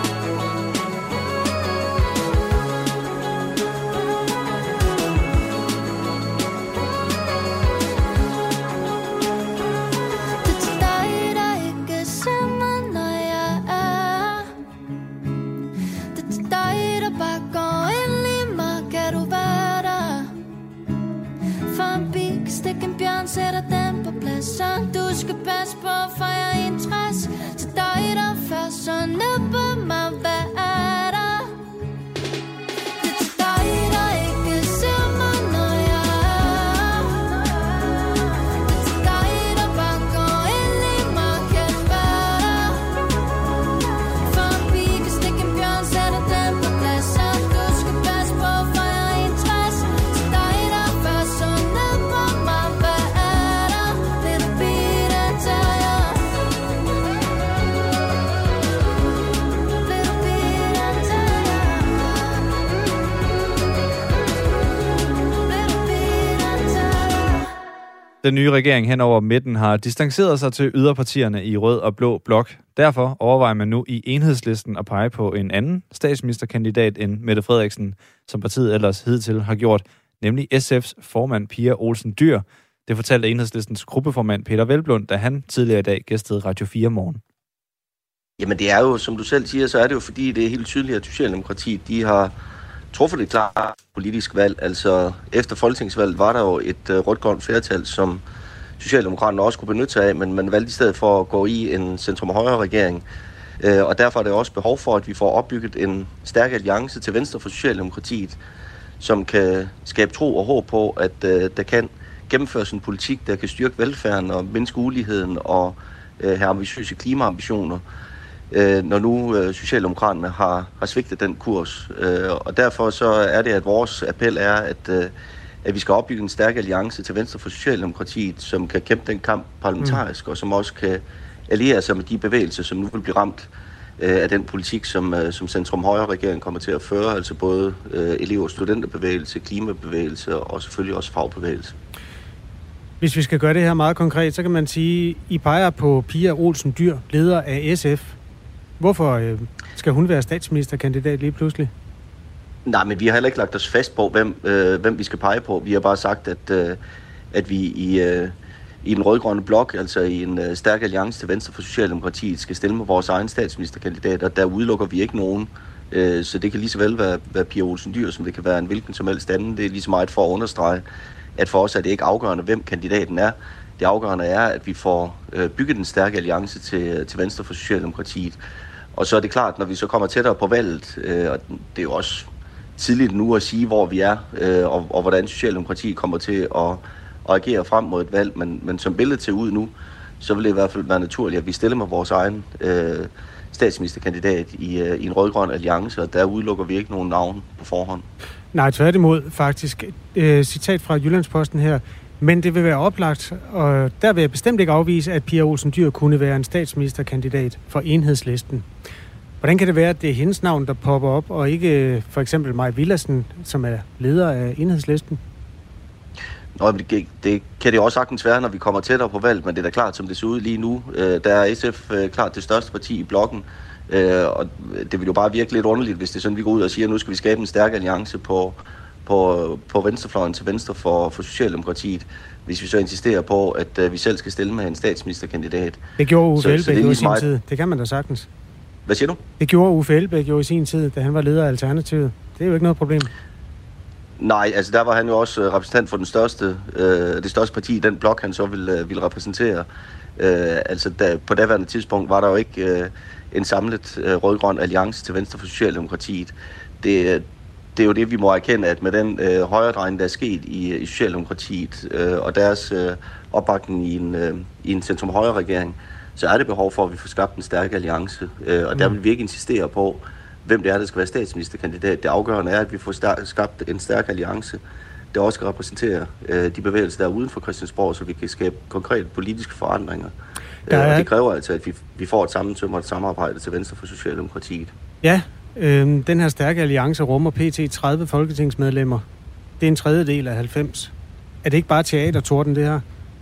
Det er til dig, der ikke ser mig, når jeg er. Det er til dig, der bare går ind i mig. Kan du være der? For en pige kan stikke en bjørn, sætter den på plads. Så du skal passe på, for jeg er enogtres. Til dig, der først så ned på mig. Hvad er der? Det er til dig, der ikke ser mig, når jeg er. Det er til dig, der bare går ind i mig. Kan du være der? For en pige kan stikke en bjørn, sætter den på plads. Så du skal passe på, for jeg er enogtres. Til dig, der først så ned på mig. Hvad er der? Little Peter Terrier. Little Peter Terrier. Little Peter Terrier. Den nye regering hen over midten har distanceret sig til yderpartierne i rød og blå blok. Derfor overvejer man nu i Enhedslisten at pege på en anden statsministerkandidat end Mette Frederiksen, som partiet ellers hidtil har gjort, nemlig S F's formand Pia Olsen Dyhr. Det fortalte Enhedslistens gruppeformand Peter Velblund, da han tidligere i dag gæstede Radio fire Morgen. Jamen det er jo, som du selv siger, så er det jo fordi, det er helt tydeligt, at Socialdemokratiet, de har truffet et klart politisk valg. Altså efter folketingsvalget var der jo et uh, rødt-grønt flertal, som Socialdemokraterne også kunne benytte sig af, men man valgte i stedet for at gå i en centrum-højre regering. Uh, og derfor er der også behov for, at vi får opbygget en stærk alliance til venstre for Socialdemokratiet, som kan skabe tro og håb på, at uh, der kan gennemføres en politik, der kan styrke velfærden og mindske uligheden og uh, have ambitiøse klimaambitioner, uh, når nu uh, Socialdemokraterne har, har svigtet den kurs. Uh, og derfor så er det, at vores appel er, at, uh, at vi skal opbygge en stærk alliance til venstre for Socialdemokratiet, som kan kæmpe den kamp parlamentarisk, mm. og som også kan alliere sig med de bevægelser, som nu vil blive ramt af den politik, som, som centrum-højre-regeringen kommer til at føre, altså både øh, elev- og studenterbevægelse, klimabevægelse og selvfølgelig også fagbevægelse. Hvis vi skal gøre det her meget konkret, så kan man sige, I peger på Pia Olsen Dyhr, leder af S F. Hvorfor øh, skal hun være statsministerkandidat lige pludselig? Nej, men vi har heller ikke lagt os fast på, hvem, øh, hvem vi skal pege på. Vi har bare sagt, at, øh, at vi i, øh, i en rød-grønne blok, altså i en øh, stærk alliance til venstre for Socialdemokratiet, skal stille med vores egen statsministerkandidat, og der udelukker vi ikke nogen. Øh, så det kan lige så vel være, være Pia Olsen Dyhr, som det kan være en hvilken som helst anden. Det er lige så meget for at understrege, at for os er det ikke afgørende, hvem kandidaten er. Det afgørende er, at vi får øh, bygget en stærk alliance til, til venstre for Socialdemokratiet. Og så er det klart, når vi så kommer tættere på valget, øh, og det er jo også tidligt nu at sige, hvor vi er, øh, og, og hvordan Socialdemokratiet kommer til at, at agere frem mod et valg. Men, men som billedet ser ud nu, så vil det i hvert fald være naturligt, at vi stiller med vores egen øh, statsministerkandidat i, øh, i en rød-grøn alliance, og der udelukker vi ikke nogen navn på forhånd. Nej, tværtimod faktisk. Øh, citat fra Jyllandsposten her. Men det vil være oplagt, og der vil jeg bestemt ikke afvise, at Pia Olsen Dyhr kunne være en statsministerkandidat for Enhedslisten. Hvordan kan det være, at det er hendes navn, der popper op, og ikke for eksempel Mai Villadsen, som er leder af Enhedslisten? Nå, det, det kan det også sagtens være, når vi kommer tættere på valg, men det er da klart, som det ser ud lige nu. Øh, der er S F øh, klart det største parti i blokken, øh, og det vil jo bare virke lidt underligt, hvis det er sådan, vi går ud og siger, at nu skal vi skabe en stærk alliance på, på, på venstrefløjen til venstre for, for Socialdemokratiet, hvis vi så insisterer på, at øh, vi selv skal stille med en statsministerkandidat. Det gjorde Uffe så, Elbæk så jo i sin meget... tid. Det kan man da sagtens. Hvad siger du? Det gjorde Uffe Elbæk jo i sin tid, da han var leder af Alternativet. Det er jo ikke noget problem. Nej, altså der var han jo også repræsentant for den største, øh, det største parti i den blok, han så ville, ville repræsentere. Øh, altså der, på daværende tidspunkt var der jo ikke øh, en samlet øh, rød-grøn alliance til venstre for Socialdemokratiet. Det, det er jo det, vi må erkende, at med den øh, højredrejning, der er sket i, i Socialdemokratiet, øh, og deres øh, opbakning i en, øh, i en centrum-højre-regering, så er det behov for, at vi får skabt en stærk alliance. Øh, og der vil vi ikke insistere på, hvem det er, der skal være statsministerkandidat. Det afgørende er, at vi får stær- skabt en stærk alliance, der også skal repræsentere øh, de bevægelser, der er uden for Christiansborg, så vi kan skabe konkrete politiske forandringer. Er... Øh, og det kræver altså, at vi, vi får et sammentømret samarbejde til venstre for Socialdemokratiet. Ja, øh, den her stærke alliance rummer P T tredive folketingsmedlemmer. Det er en tredjedel af halvfems. Er det ikke bare teatertorden, det her?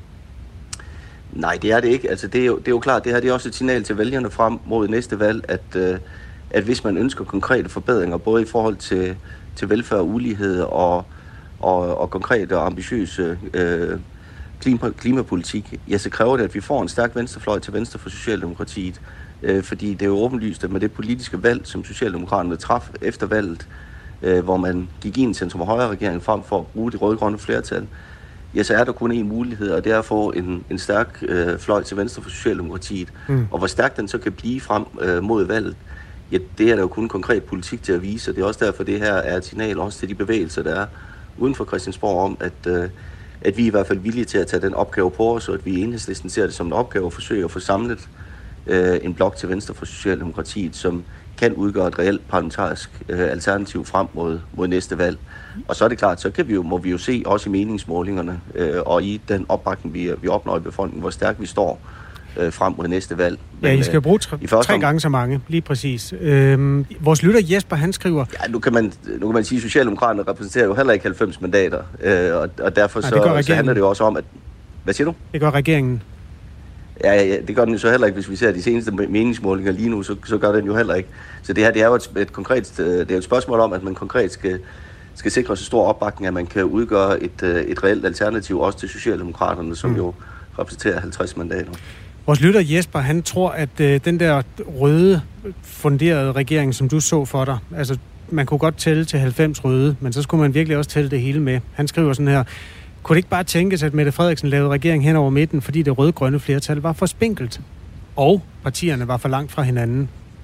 Nej, det er det ikke. Altså, det, er jo, det er jo klart, det her det er også et signal til vælgerne frem mod næste valg, at, øh, at hvis man ønsker konkrete forbedringer, både i forhold til, til velfærd og ulighed og, og, og konkrete og ambitiøse øh, klima, klimapolitik, ja, så kræver det, at vi får en stærk venstrefløj til venstre for Socialdemokratiet. Øh, fordi det er jo åbenlyst, at med det politiske valg, som Socialdemokraterne traf efter valget, øh, hvor man gik i en centrum-højre-regering frem for at bruge det rød-grønne flertal, ja, så er der kun én mulighed, og det er at få en, en stærk øh, fløj til venstre for Socialdemokratiet. Mm. Og hvor stærk den så kan blive frem øh, mod valget, ja, det er der jo kun konkret politik til at vise, og det er også derfor, det her er et signal også til de bevægelser, der er uden for Christiansborg om, at, øh, at vi er i hvert fald villige til at tage den opgave på os, og at vi i Enhedslisten ser det som en opgave at forsøge at få samlet øh, en blok til venstre for Socialdemokratiet, som kan udgøre et reelt parlamentarisk øh, alternativ frem mod, mod næste valg. Og så er det klart, så kan vi jo, må vi jo se også i meningsmålingerne øh, og i den opbakning, vi, vi opnår i befolkningen, hvor stærkt vi står øh, frem mod næste valg. Men, ja, I skal jo bruge tre, tre om... gange så mange, lige præcis. Øhm, vores lytter Jesper, han skriver... Ja, nu kan man, nu kan man sige, at Socialdemokraterne repræsenterer jo heller ikke halvfems mandater, øh, og, og derfor så, så handler det jo også om, at... Hvad siger du? Det gør regeringen. Ja, ja, det gør den jo så heller ikke, hvis vi ser de seneste meningsmålinger lige nu, så, så gør den jo heller ikke. Så det her, det er jo et, et konkret, det er et spørgsmål om, at man konkret skal, skal sikre så stor opbakning, at man kan udgøre et, et reelt alternativ også til Socialdemokraterne, som mm. jo repræsenterer halvtreds mandater. Vores lytter Jesper, han tror, at øh, den der røde funderede regering, som du så for dig, altså man kunne godt tælle til halvfems røde, men så skulle man virkelig også tælle det hele med. Han skriver sådan her: kunne det ikke bare tænkes, at Mette Frederiksen lavede regering hen over midten, fordi det rød-grønne flertal var for spinkelt, og partierne var for langt fra hinanden?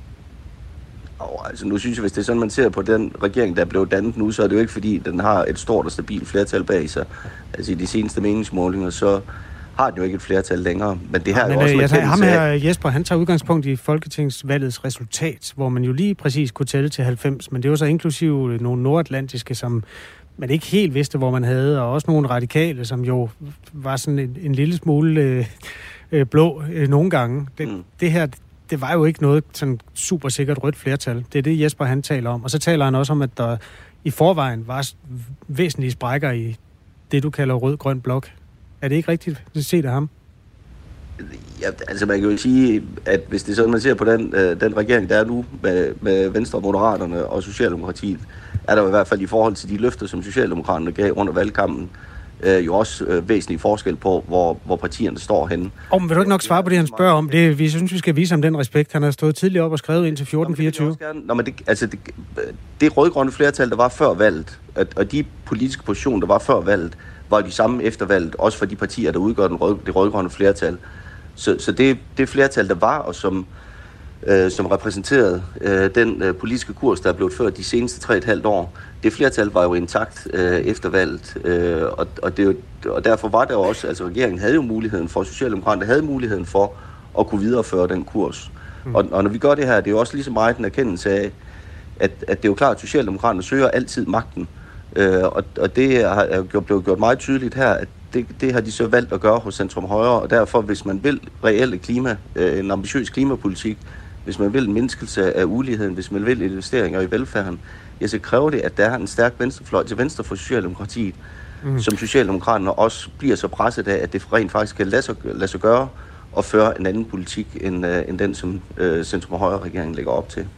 Oh, altså nu synes jeg, hvis det er sådan, man ser på den regering, der er blevet dannet nu, så er det jo ikke, fordi den har et stort og stabilt flertal bag sig. Altså i de seneste meningsmålinger, så har den jo ikke et flertal længere. Men det her ja, men, er jo også... Jeg tager, ham her, Jesper, han tager udgangspunkt i folketingsvalgets resultat, hvor man jo lige præcis kunne tælle til halvfems, men det var så inklusive nogle nordatlantiske, som man ikke helt vidste, hvor man havde, og også nogle radikale, som jo var sådan en, en lille smule øh, blå øh, nogle gange. Det, mm. det her, det var jo ikke noget sådan super sikkert rødt flertal. Det er det, Jesper han taler om. Og så taler han også om, at der i forvejen var væsentlige sprækker i det, du kalder rød-grøn blok. Er det ikke rigtigt set af ham? Ja, altså man kan jo sige, at hvis det er sådan, man ser på den, øh, den regering, der er nu med, med Venstre, Moderaterne og Socialdemokratiet, er der i hvert fald i forhold til de løfter, som Socialdemokraterne gav under valgkampen, øh, jo også øh, væsentlig forskel på, hvor, hvor partierne står henne. Og oh, vil du ikke nok svare på det, han spørger om? Det, vi synes, vi skal vise ham den respekt. Han har stået tidligere op og skrevet ind til fjorten fireogtyve. Nå, men det, altså det, det rød-grønne flertal, der var før valget, og, og de politiske positioner, der var før valget, var de samme efter valget, også for de partier, der udgør den rød, det rød-grønne flertal. Så, så det, det flertal, der var, og som, øh, som repræsenterede øh, den øh, politiske kurs, der er blevet ført de seneste tre og et halvt år, det flertal var jo intakt øh, efter valget, øh, og, og, det, og derfor var der også, altså regeringen havde jo muligheden for, Socialdemokraterne havde muligheden for at kunne videreføre den kurs. Mm. Og, og når vi gør det her, det er jo også lige så meget en erkendelse af, at, at det er jo klart, at Socialdemokraterne søger altid magten, øh, og, og det har blevet gjort meget tydeligt her, at Det, det har de så valgt at gøre hos Centrum Højre, og derfor, hvis man vil reelle klima, øh, en ambitiøs klimapolitik, hvis man vil en mindskelse af uligheden, hvis man vil investeringer i velfærden, ja, så kræver det, at der er en stærk venstrefløj til venstre for Socialdemokratiet, mm. som Socialdemokraterne også bliver så presset af, at det rent faktisk kan lade sig, lade sig gøre og føre en anden politik, end, øh, end den, som øh, Centrum Højre-regeringen lægger op til.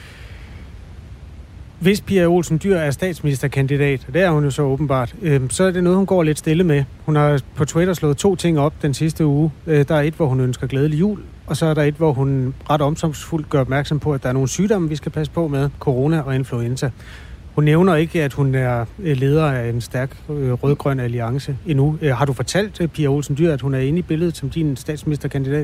Hvis Pia Olsen Dyhr er statsministerkandidat, det er hun jo så åbenbart, øh, så er det noget, hun går lidt stille med. Hun har på Twitter slået to ting op den sidste uge. Øh, der er et, hvor hun ønsker glædelig jul, og så er der et, hvor hun ret omsorgsfuldt gør opmærksom på, at der er nogle sygdomme, vi skal passe på med, corona og influenza. Hun nævner ikke, at hun er leder af en stærk øh, rød-grøn alliance endnu. Øh, har du fortalt Pia Olsen Dyhr, at hun er inde i billedet som din statsministerkandidat?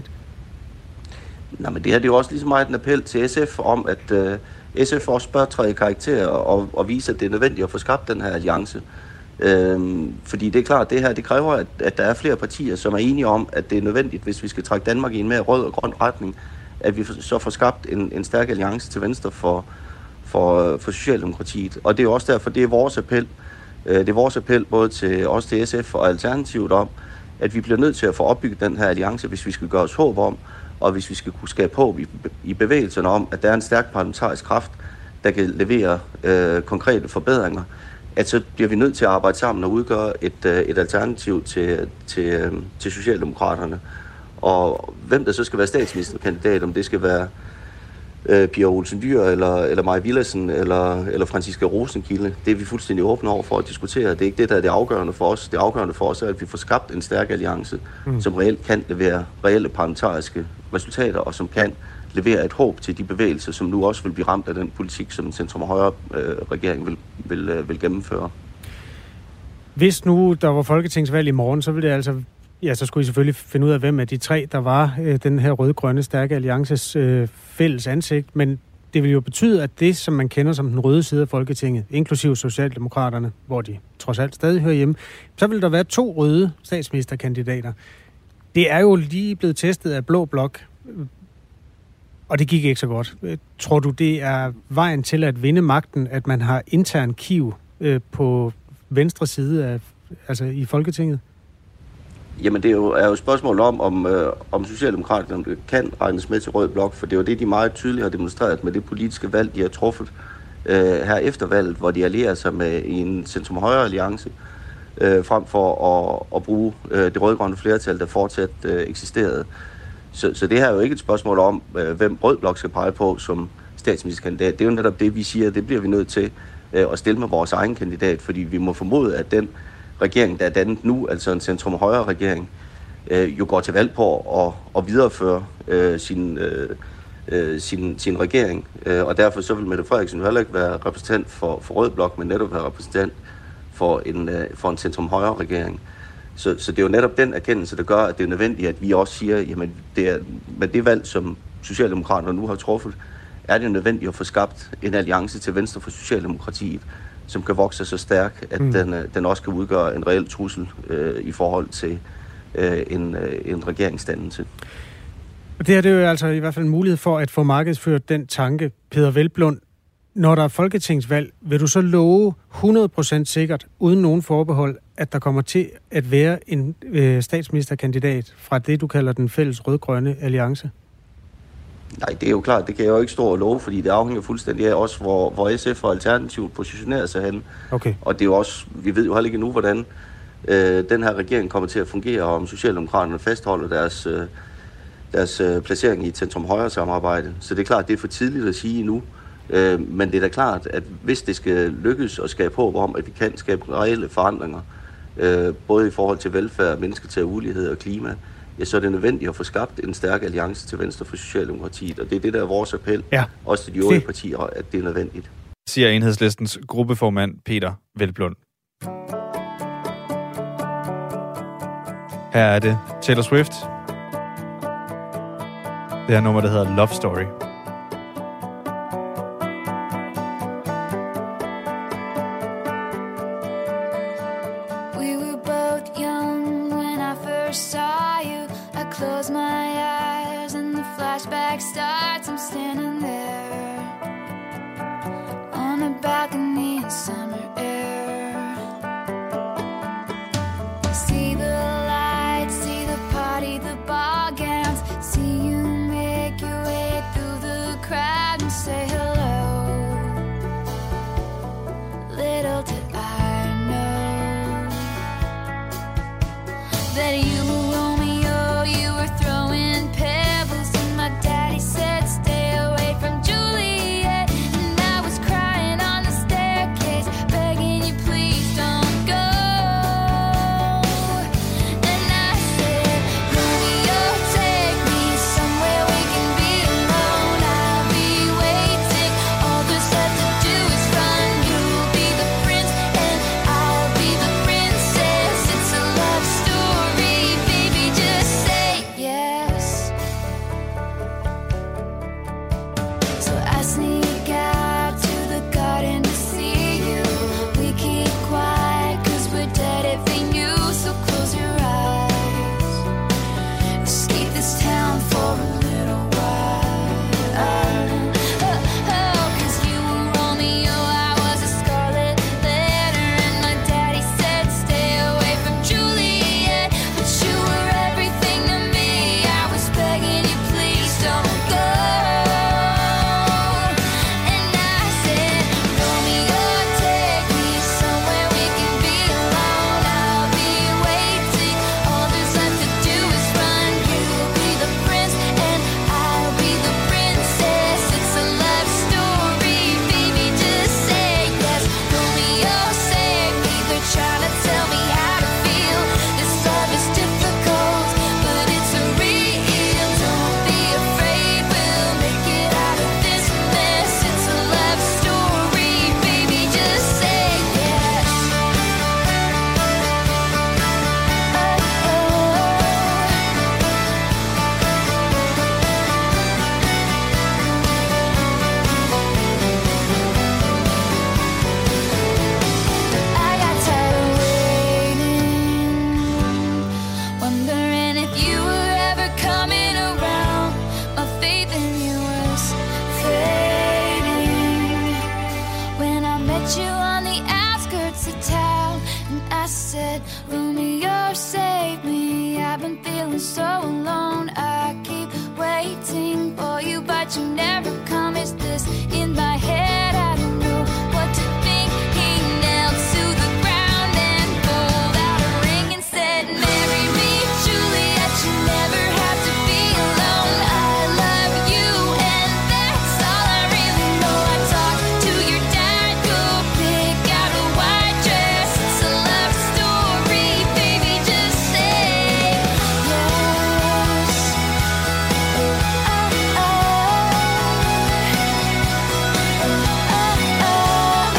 Nej, men det her det er jo også lige så meget en appel til S F om, at øh, S F også bør træde i karakter og, og vise, at det er nødvendigt at få skabt den her alliance. Øhm, fordi det er klart, at det her det kræver, at, at der er flere partier, som er enige om, at det er nødvendigt, hvis vi skal trække Danmark i en mere rød og grøn retning, at vi så får skabt en, en stærk alliance til venstre for, for, for Socialdemokratiet. Og det er jo også derfor, det er vores appel. Det er vores appel både til os til S F og Alternativet om, at vi bliver nødt til at få opbygget den her alliance, hvis vi skal gøre os håb om, og hvis vi skal kunne skabe håb i, i bevægelserne om, at der er en stærk parlamentarisk kraft, der kan levere øh, konkrete forbedringer, at så bliver vi nødt til at arbejde sammen og udgøre et, øh, et alternativ til, til, øh, til Socialdemokraterne. Og hvem der så skal være statsministerkandidat, om det skal være øh, Pia Olsen Dyhr, eller, eller Maja Villadsen, eller, eller Franciska Rosenkilde, det er vi fuldstændig åbne over for at diskutere. Det er ikke det, der er det afgørende for os. Det afgørende for os er, at vi får skabt en stærk alliance, mm. som reelt kan levere reelle parlamentariske resultater, og som kan levere et håb til de bevægelser, som nu også vil blive ramt af den politik, som Centrum Højre øh, regering vil, vil, øh, vil gennemføre. Hvis nu der var folketingsvalg i morgen, så ville det altså, ja, så skulle I selvfølgelig finde ud af, hvem af de tre, der var øh, den her rød-grønne stærke alliances øh, fælles ansigt, men det vil jo betyde, at det, som man kender som den røde side af Folketinget, inklusive Socialdemokraterne, hvor de trods alt stadig hører hjemme, så vil der være to røde statsministerkandidater. Det er jo lige blevet testet af Blå Blok, og det gik ikke så godt. Tror du, det er vejen til at vinde magten, at man har intern kiv øh, på venstre side af, altså i Folketinget? Jamen det er jo, er jo et spørgsmål om, om, øh, om Socialdemokraterne kan regnes med til Rød Blok, for det er jo det, de meget tydeligt har demonstreret med det politiske valg, de har truffet øh, her efter valget, hvor de allierer sig med i en centrum-højre-alliance, øh, frem for at, at bruge øh, det rødgrønne flertal, der fortsat øh, eksisterede. Så, så det her er jo ikke et spørgsmål om, øh, hvem Rød Blok skal pege på som statsministerkandidat. Det er jo netop det, vi siger, det bliver vi nødt til øh, at stille med vores egen kandidat, fordi vi må formode, at den regering, der er dannet nu, altså en centrum-højre-regering, øh, jo går til valg på at, at videreføre øh, sin, øh, sin, sin regering. Øh, og derfor så vil Mette Frederiksen heller ikke være repræsentant for, for Rød Blok, men netop være repræsentant for en, øh, for en centrum-højre-regering. Så, så det er jo netop den erkendelse, der gør, at det er nødvendigt, at vi også siger, jamen det er, med det valg, som Socialdemokraterne nu har truffet, er det nødvendigt at få skabt en alliance til venstre for Socialdemokratiet, som kan vokse så stærk, at mm. den, den også kan udgøre en reel trussel øh, i forhold til øh, en, øh, en regeringsdannelse. Og det her det er jo altså i hvert fald en mulighed for at få markedsført den tanke. Peder Hvelplund, når der er folketingsvalg, vil du så love hundrede procent sikkert, uden nogen forbehold, at der kommer til at være en øh, statsministerkandidat fra det, du kalder den fælles rød-grønne alliance? Nej, det er jo klart, det kan jeg jo ikke stå og love, fordi det afhænger fuldstændig af også, hvor, hvor S F og Alternativet positionerer sig hen. Okay. Og det er jo også, vi ved jo heller ikke nu, hvordan øh, den her regering kommer til at fungere, og om Socialdemokraterne fastholder deres, øh, deres øh, placering i et centrum-højre-samarbejde. Så det er klart, det er for tidligt at sige nu. Øh, men det er da klart, at hvis det skal lykkes at skabe håb om, at vi kan skabe reelle forandringer, øh, både i forhold til velfærd, mennesketag, ulighed og klima, ja, så er det nødvendigt at få skabt en stærk alliance til venstre for Socialdemokratiet. Og det er det, der er vores appel, ja. også til de øvrige partier, at det er nødvendigt. Siger Enhedslistens gruppeformand Peter Hvelplund. Her er det Taylor Swift. Det her nummer, der hedder Love Story. Close my eyes and the flashback starts. I'm standing there on a balcony in summer air. See the lights, see the party, the ball gowns. See you make your way through the crowd and say hello. Little did I know that you were Romeo. You were throwing pebbles and my daddy said stay away from Juliet. And I was crying on the staircase, begging you please don't go. And I said, Romeo, take me somewhere we can be alone. I'll be waiting, all there's left to do is run. You'll be the prince and I'll be the princess. It's a love story, baby, just say yes. So I sneak out to the garden to see you. We keep quiet cause we're dead if you. So close your eyes, escape this town for a little while. Oh, oh, cause you were Romeo, I was a scarlet letter. And my daddy said stay away from Juliet. But you were everything to me, I was begging you please don't go. And I said, Romeo, take me somewhere we can be alone. I'll be waiting, all there's left to do is run. You'll be the prince and I'll be the princess. It's a love story, baby, just say yes. Romeo, save me, they're trying to tell me how to feel. This love is difficult, but it's a real. Don't be afraid, we'll make it out of this mess. It's a love story, baby, just say yes. I got tired of waiting, wondering if you were ever coming around. My faith in you was fading when I met you on the outskirts of town. And I said, Romeo, save me, I've been feeling so alone. I keep waiting for you, but you never come. Is this in my head? I don't know what to think. He knelt to the ground and pulled out a ring and said, marry me, Juliet, you never have to be alone. I love you and that's all I really know. I talked to your dad, go pick out a white dress. It's a love story, baby, just say yes. Oh, oh, oh. Oh, oh,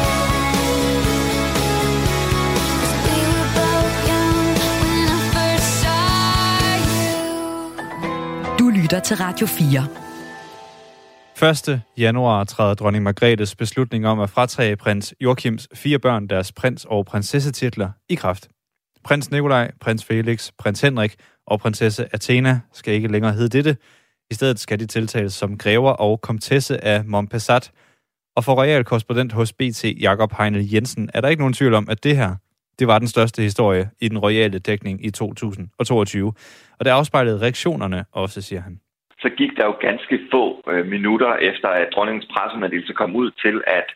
oh. We were both young when I first saw you. Du lytter til Radio fire. første januar træder dronning Margrethes beslutning om at fratage prins Joachims fire børn deres prins- og prinsessetitler i kraft. Prins Nikolaj, prins Felix, prins Henrik og prinsesse Athena skal ikke længere hedde dette. I stedet skal de tiltales som grever og komtesse af Montpessat. Og for royal korrespondent hos B T, Jakob Heinel Jensen, er der ikke nogen tvivl om, at det her, det var den største historie i den royale dækning i to tusind toogtyve. Og det afspejlede reaktionerne også, siger han. så gik der jo ganske få øh, minutter efter, at dronningens pressemeddelelse kom ud til, at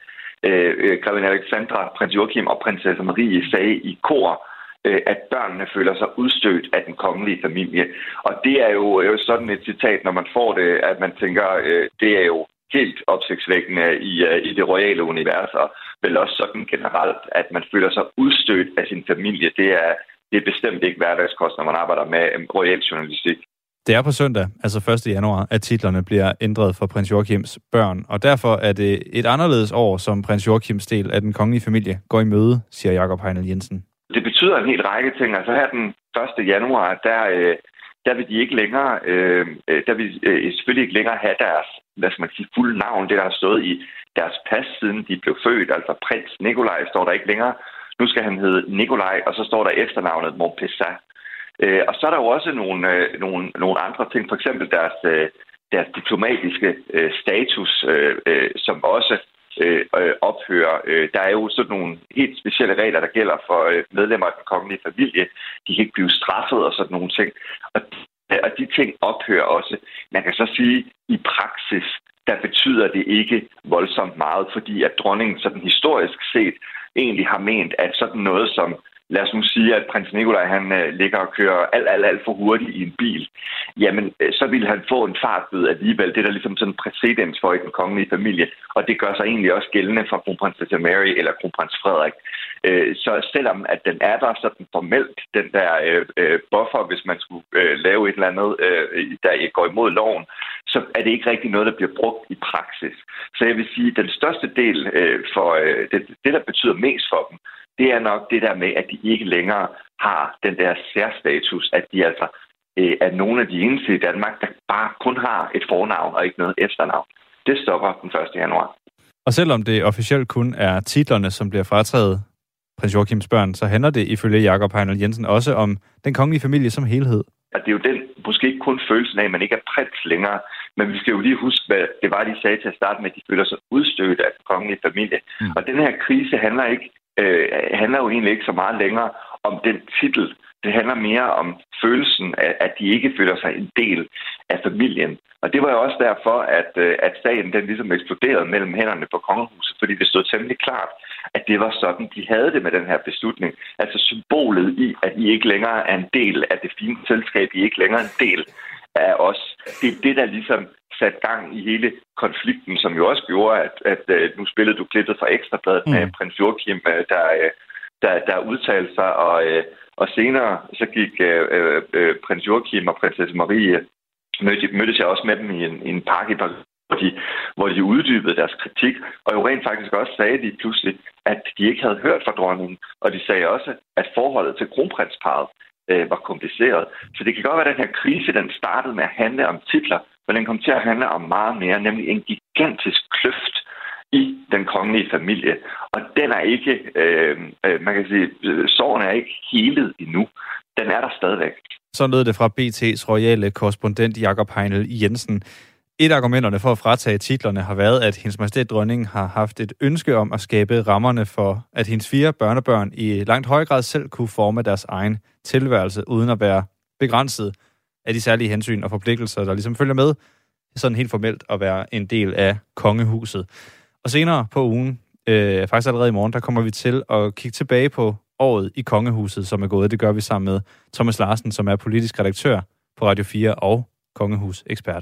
øh, grevinde Alexandra, prins Joachim og prinsesse Marie sagde i kor, øh, at børnene føler sig udstødt af den kongelige familie. Og det er jo, jo sådan et citat, når man får det, at man tænker, øh, det er jo helt opsigtsvækkende i, uh, i det royale univers, og vel også sådan generelt, at man føler sig udstødt af sin familie. Det er, det er bestemt ikke hverdagskost, når man arbejder med um, royal journalistik. Det er på søndag, altså første januar, at titlerne bliver ændret for prins Joachims børn, og derfor er det et anderledes år, som prins Joachims del af den kongelige familie går i møde, siger Jakob Heinel Jensen. Det betyder en hel række ting. Altså her den første januar, der, øh, der vil de ikke længere, øh, der vil øh, selvfølgelig ikke længere have deres, hvad skal man sige, fulde navn, det der har stået i deres pas, siden de blev født, altså prins Nikolaj står der ikke længere. Nu skal han hedde Nikolaj, og så står der efternavnet Montpezat. Øh, og så er der jo også nogle, øh, nogle, nogle andre ting, for eksempel deres, øh, deres diplomatiske øh, status, øh, øh, som også øh, øh, ophører. Øh, der er jo sådan nogle helt specielle regler, der gælder for øh, medlemmer af den kongelige familie. De kan ikke blive straffet og sådan nogle ting. Og, øh, og de ting ophører også. Man kan så sige, i praksis, der betyder det ikke voldsomt meget, fordi at dronningen sådan historisk set egentlig har ment, at sådan noget som, lad os nu sige, at prins Nikolaj han øh, ligger og kører alt, alt, alt for hurtigt i en bil, jamen øh, så vil han få en fartbøde alligevel. Det er der ligesom sådan en præcedens for i den kongelige familie, og det gør sig egentlig også gældende for kronprinsesse Mary eller kronprins Frederik. Øh, så selvom at den er der sådan formelt, den der øh, øh, buffer, hvis man skulle øh, lave et eller andet, øh, der går imod loven, så er det ikke rigtig noget, der bliver brugt i praksis. Så jeg vil sige, at den største del øh, for øh, det, det, der betyder mest for dem, det er nok det der med, at de ikke længere har den der særstatus, at de altså øh, er nogle af de eneste i Danmark, der bare kun har et fornavn og ikke noget efternavn. Det stopper den første januar. Og selvom det officielt kun er titlerne, som bliver frataget prins Joachims børn, så handler det ifølge Jakob Heinel Jensen også om den kongelige familie som helhed. Og det er jo den, måske ikke kun følelsen af, at man ikke er prins længere, men vi skal jo lige huske, hvad det var, de sagde til at starte med, at de føler sig udstødt af den kongelige familie. Mm. Og den her krise handler ikke øh, handler jo egentlig ikke så meget længere om den titel. Det handler mere om følelsen af, at de ikke føler sig en del af familien. Og det var jo også derfor, at, at sagen den ligesom eksploderede mellem hænderne på kongehuset, fordi det stod temmelig klart, at det var sådan, de havde det med den her beslutning. Altså symbolet i, at I ikke længere er en del af det fine selskab, I ikke længere er en del af os. Det er det, der ligesom satte gang i hele konflikten, som jo også gjorde, at, at, at nu spillede du klippet fra Ekstrabladet mm. med prins Joachim, der, der, der udtalte sig, og, og senere så gik øh, øh, prins Joachim og prinsesse Marie, mødte, mødtes jeg også med dem i en, i en park i Paris, hvor de, hvor de uddybede deres kritik, og jo rent faktisk også sagde de pludselig, at de ikke havde hørt fra dronningen, og de sagde også, at forholdet til kronprinsparret øh, var kompliceret. Så det kan godt være, at den her krise, den startede med at handle om titler, men den kom til at handle om meget mere, nemlig en gigantisk kløft i den kongelige familie. Og den er ikke, øh, øh, man kan sige, sorgen er ikke helet endnu. Den er der stadigvæk. Så lød det fra B T's royale korrespondent Jakob Heinel Jensen. Et af argumenterne for at fratage titlerne har været, at hendes majestæt dronningen har haft et ønske om at skabe rammerne for, at hendes fire børnebørn i langt højere grad selv kunne forme deres egen tilværelse, uden at være begrænset af de særlige hensyn og forpligtelser, der ligesom følger med, sådan helt formelt at være en del af kongehuset. Og senere på ugen, øh, faktisk allerede i morgen, der kommer vi til at kigge tilbage på året i kongehuset, som er gået. Det gør vi sammen med Thomas Larsen, som er politisk redaktør på Radio fire og kongehusekspert.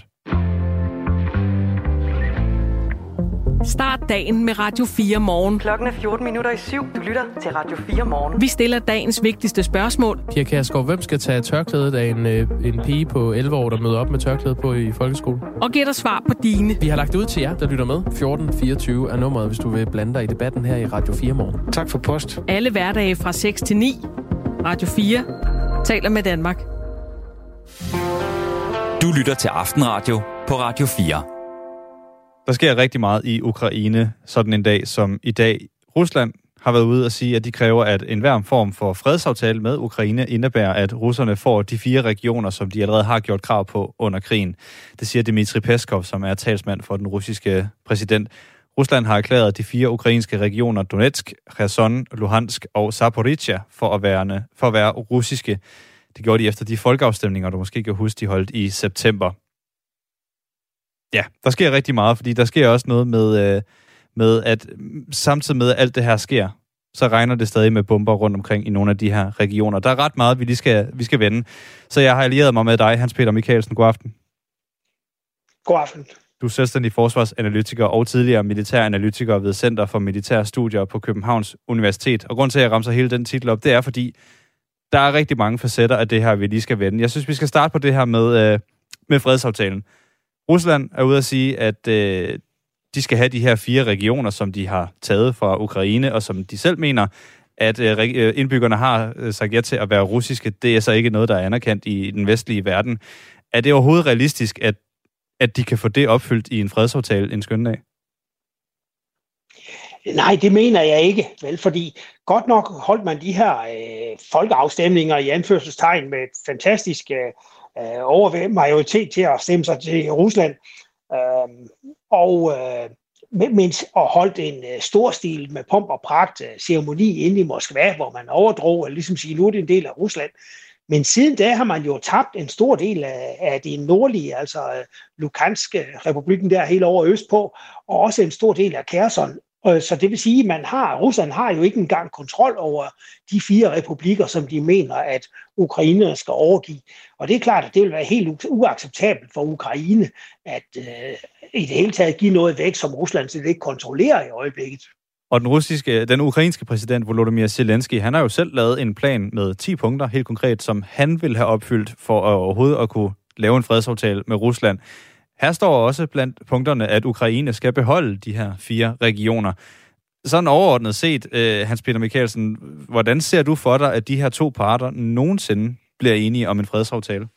Start dagen med Radio fire morgen. Klokken er fjorten minutter i syv. Du lytter til Radio fire morgen. Vi stiller dagens vigtigste spørgsmål. Pia Kjærsgaard, hvem skal tage tørklædet af en, en pige på elleve år, der møder op med tørklædet på i folkeskolen? Og giver dig svar på dine. Vi har lagt det ud til jer, der lytter med. fjorten fireogtyve er nummeret, hvis du vil blande dig i debatten her i Radio fire morgen. Tak for post. Alle hverdage fra seks til ni. Radio fire taler med Danmark. Du lytter til Aftenradio på Radio fire. Der sker rigtig meget i Ukraine sådan en dag som i dag. Rusland har været ude og sige, at de kræver, at enhver form for fredsaftale med Ukraine indebærer, at russerne får de fire regioner, som de allerede har gjort krav på under krigen. Det siger Dmitri Peskov, som er talsmand for den russiske præsident. Rusland har erklæret de fire ukrainske regioner Donetsk, Kherson, Luhansk og Zaporizhzhia for at være, for at være russiske. Det gjorde de efter de folkeafstemninger, du måske kan huske, de holdt i september. Ja, der sker rigtig meget, fordi der sker også noget med, øh, med at samtidig med at alt det her sker, så regner det stadig med bomber rundt omkring i nogle af de her regioner. Der er ret meget, vi lige skal, vi skal vende. Så jeg har allieret mig med dig, Hans Peter Michaelsen. God aften. God aften. Du er selvstændig forsvarsanalytiker og tidligere militæranalytiker ved Center for Militære Studier på Københavns Universitet. Og grund til, at jeg ramser hele den titel op, det er, fordi der er rigtig mange facetter af det her, vi lige skal vende. Jeg synes, vi skal starte på det her med, øh, med fredsaftalen. Rusland er ude at sige, at øh, de skal have de her fire regioner, som de har taget fra Ukraine, og som de selv mener, at øh, indbyggerne har sagt ja til at være russiske. Det er så ikke noget, der er anerkendt i den vestlige verden. Er det overhovedet realistisk, at, at de kan få det opfyldt i en fredsaftale en skøn dag? Nej, det mener jeg ikke, vel, fordi godt nok holdt man de her øh, folkeafstemninger i anførselstegn med et fantastisk øh, overvæld majoritet til at stemme sig til Rusland, øh, og, øh, mens, og holdt en øh, stor stil med pomp og pragt øh, ceremoni inde i Moskva, hvor man overdrog og ligesom sige, nu er det en del af Rusland. Men siden da har man jo tabt en stor del af, af det nordlige, altså øh, Luganske republikken der helt over øst på, og også en stor del af Kherson. Så det vil sige, at man har, Rusland har jo ikke engang kontrol over de fire republikker, som de mener, at Ukraine skal overgive. Og det er klart, at det vil være helt uacceptabelt for Ukraine, at øh, i det hele taget give noget væk, som Rusland slet ikke kontrollerer i øjeblikket. Og den russiske, den ukrainske præsident Volodymyr Zelensky, han har jo selv lavet en plan med ti punkter, helt konkret, som han vil have opfyldt for at overhovedet at kunne lave en fredsaftale med Rusland. Her står også blandt punkterne, at Ukraine skal beholde de her fire regioner. Sådan overordnet set, øh, Hans Peter Michaelsen, hvordan ser du for dig, at de her to parter nogensinde bliver enige om en fredsaftale?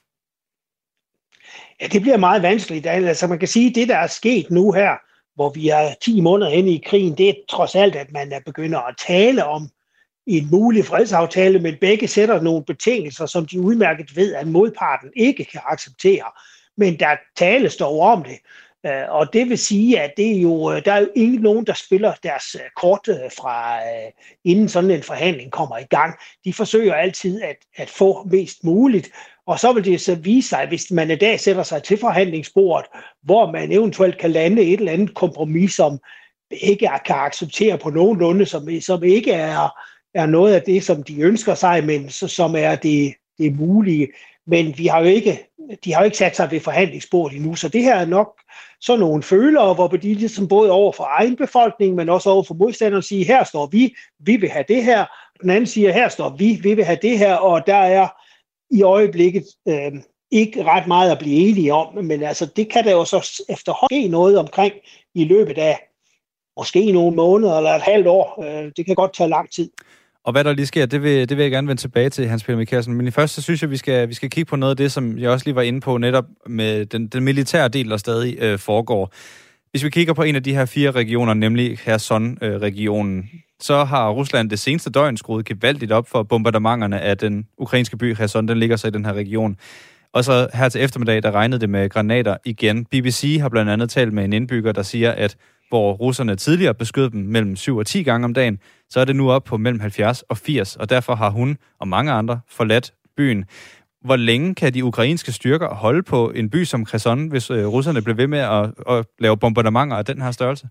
Ja, det bliver meget vanskeligt. Altså man kan sige, at det, der er sket nu her, hvor vi er ti måneder inde i krigen, det er trods alt, at man er begynder at tale om en mulig fredsaftale, men begge sætter nogle betingelser, som de udmærket ved, at modparten ikke kan acceptere. Men der tales dog om det, og det vil sige, at det er jo, der er jo ikke nogen, der spiller deres kort fra inden sådan en forhandling kommer i gang. De forsøger altid at, at få mest muligt, og så vil det så vise sig, hvis man i dag sætter sig til forhandlingsbordet, hvor man eventuelt kan lande et eller andet kompromis, som ikke kan acceptere på nogenlunde, som, som ikke er, er noget af det, som de ønsker sig, men som er det, det mulige. Men vi har jo ikke, de har jo ikke sat sig ved forhandlingsbordet endnu, så det her er nok sådan nogle følere, hvor de ligesom både over for egen befolkning, men også over for modstanderne siger, her står vi, vi vil have det her. Den anden siger, her står vi, vi vil have det her, og der er i øjeblikket øh, ikke ret meget at blive enige om, men altså det kan der jo så efterhånden ske noget omkring i løbet af måske nogle måneder eller et halvt år. Øh, det kan godt tage lang tid. Og hvad der lige sker, det vil, det vil jeg gerne vende tilbage til, Hans Peter Michaelsen. Men i først, så synes jeg, vi skal, vi skal kigge på noget af det, som jeg også lige var inde på, netop med den, den militære del, der stadig øh, foregår. Hvis vi kigger på en af de her fire regioner, nemlig Kherson-regionen, så har Rusland det seneste døgn skruet gevaldigt op for bombardementerne af den ukrainske by Kherson. Den ligger så i den her region. Og så her til eftermiddag, der regnede det med granater igen. B B C har blandt andet talt med en indbygger, der siger, at hvor russerne tidligere beskød dem mellem syv og ti gange om dagen, så er det nu op på mellem halvfjerds og firs, og derfor har hun og mange andre forladt byen. Hvor længe kan de ukrainske styrker holde på en by som Kherson, hvis øh, russerne bliver ved med at, at lave bombardementer af den her størrelse?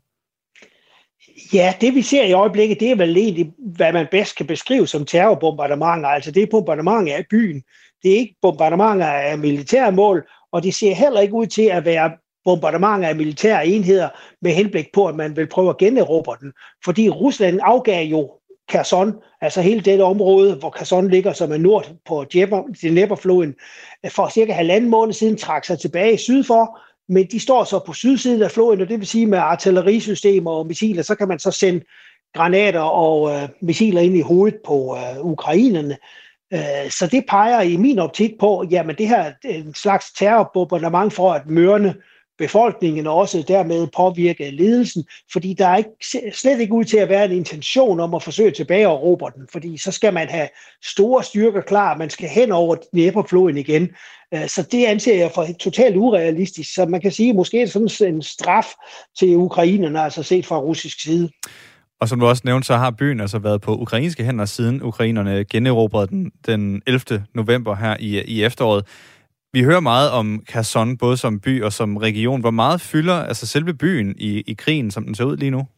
Ja, det vi ser i øjeblikket, det er vel egentlig, hvad man bedst kan beskrive som terrorbombardementer. Altså det er bombardementer af byen. Det er ikke bombardementer af militære mål, og det ser heller ikke ud til at være bombardementer af militære enheder med henblik på, at man vil prøve at generobre den. Fordi Rusland afgav jo Kherson, altså hele dette område, hvor Kherson ligger, som er nord på Dnepr-floden, for cirka halvanden måned siden trak sig tilbage syd for, men de står så på sydsiden af floden, og det vil sige med artillerisystemer og missiler, så kan man så sende granater og øh, missiler ind i hovedet på øh, ukrainerne. Øh, så det peger i min optik på, jamen det her er en slags terrorbombardement for at mørne befolkningen og også dermed påvirke ledelsen, fordi der er ikke, slet ikke ud til at være en intention om at forsøge tilbage at erobre den, fordi så skal man have store styrker klar, man skal hen over Dnepr-floden igen. Så det anser jeg for totalt urealistisk, så man kan sige, måske er det sådan en straf til ukrainerne, altså set fra russisk side. Og som du også nævnte, så har byen altså været på ukrainske hænder, siden ukrainerne generobrede den den ellevte november her i, i efteråret. Vi hører meget om Kherson, både som by og som region. Hvor meget fylder altså selve byen i, i krigen, som den ser ud lige nu?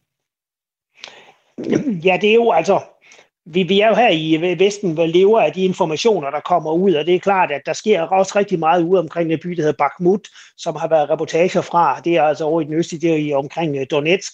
Ja, det er jo altså... Vi, vi er jo her i Vesten, hvor lever af de informationer, der kommer ud, og det er klart, at der sker også rigtig meget ude omkring en by, der hedder Bakhmut, som har været reportager fra. Det er altså over i den østlige, det er i omkring Donetsk.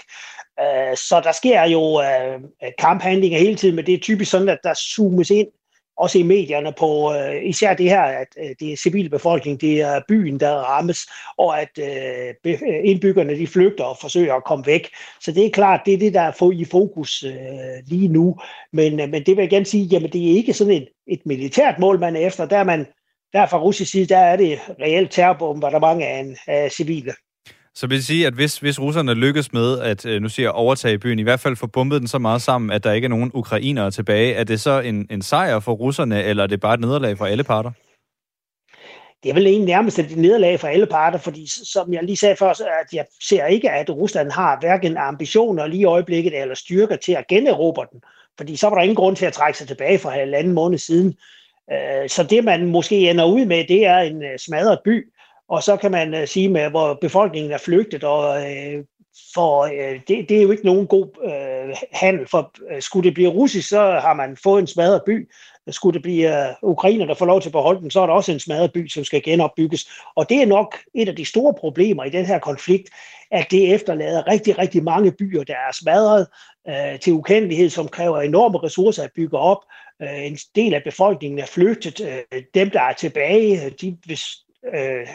Så der sker jo kamphandlinger hele tiden, men det er typisk sådan, at der zoomes ind, også i medierne, på især det her, at det er civilbefolkningen, det er byen, der rammes, og at indbyggerne de flygter og forsøger at komme væk. Så det er klart, det er det, der er i fokus lige nu. Men, men det vil jeg gerne sige, jamen det er ikke sådan et, et militært mål, man er efter. Der, er man, der fra russisk side, der er det reelt terrorbombardement af, en, af civile. Så vil det sige, at hvis, hvis russerne lykkes med at nu siger overtage byen, i hvert fald få bombet den så meget sammen, at der ikke er nogen ukrainere tilbage, er det så en, en sejr for russerne, eller er det bare et nederlag for alle parter? Det er vel egentlig nærmest et nederlag for alle parter, fordi som jeg lige sagde før, at jeg ser ikke, at Rusland har hverken ambitioner lige i øjeblikket eller styrker til at generobre den, fordi så var der ingen grund til at trække sig tilbage for halvanden måned siden. Så det, man måske ender ud med, det er en smadret by. Og så kan man uh, sige, med, hvor befolkningen er flygtet, og uh, for, uh, det, det er jo ikke nogen god uh, handel. For uh, skulle det blive russisk, så har man fået en smadret by. Skulle det blive uh, ukrainer, der får lov til at beholde den, så er der også en smadret by, som skal genopbygges. Og det er nok et af de store problemer i den her konflikt, at det efterlader rigtig, rigtig mange byer, der er smadret uh, til ukendelighed, som kræver enorme ressourcer at bygge op. Uh, en del af befolkningen er flygtet. Uh, dem, der er tilbage, de hvis Øh,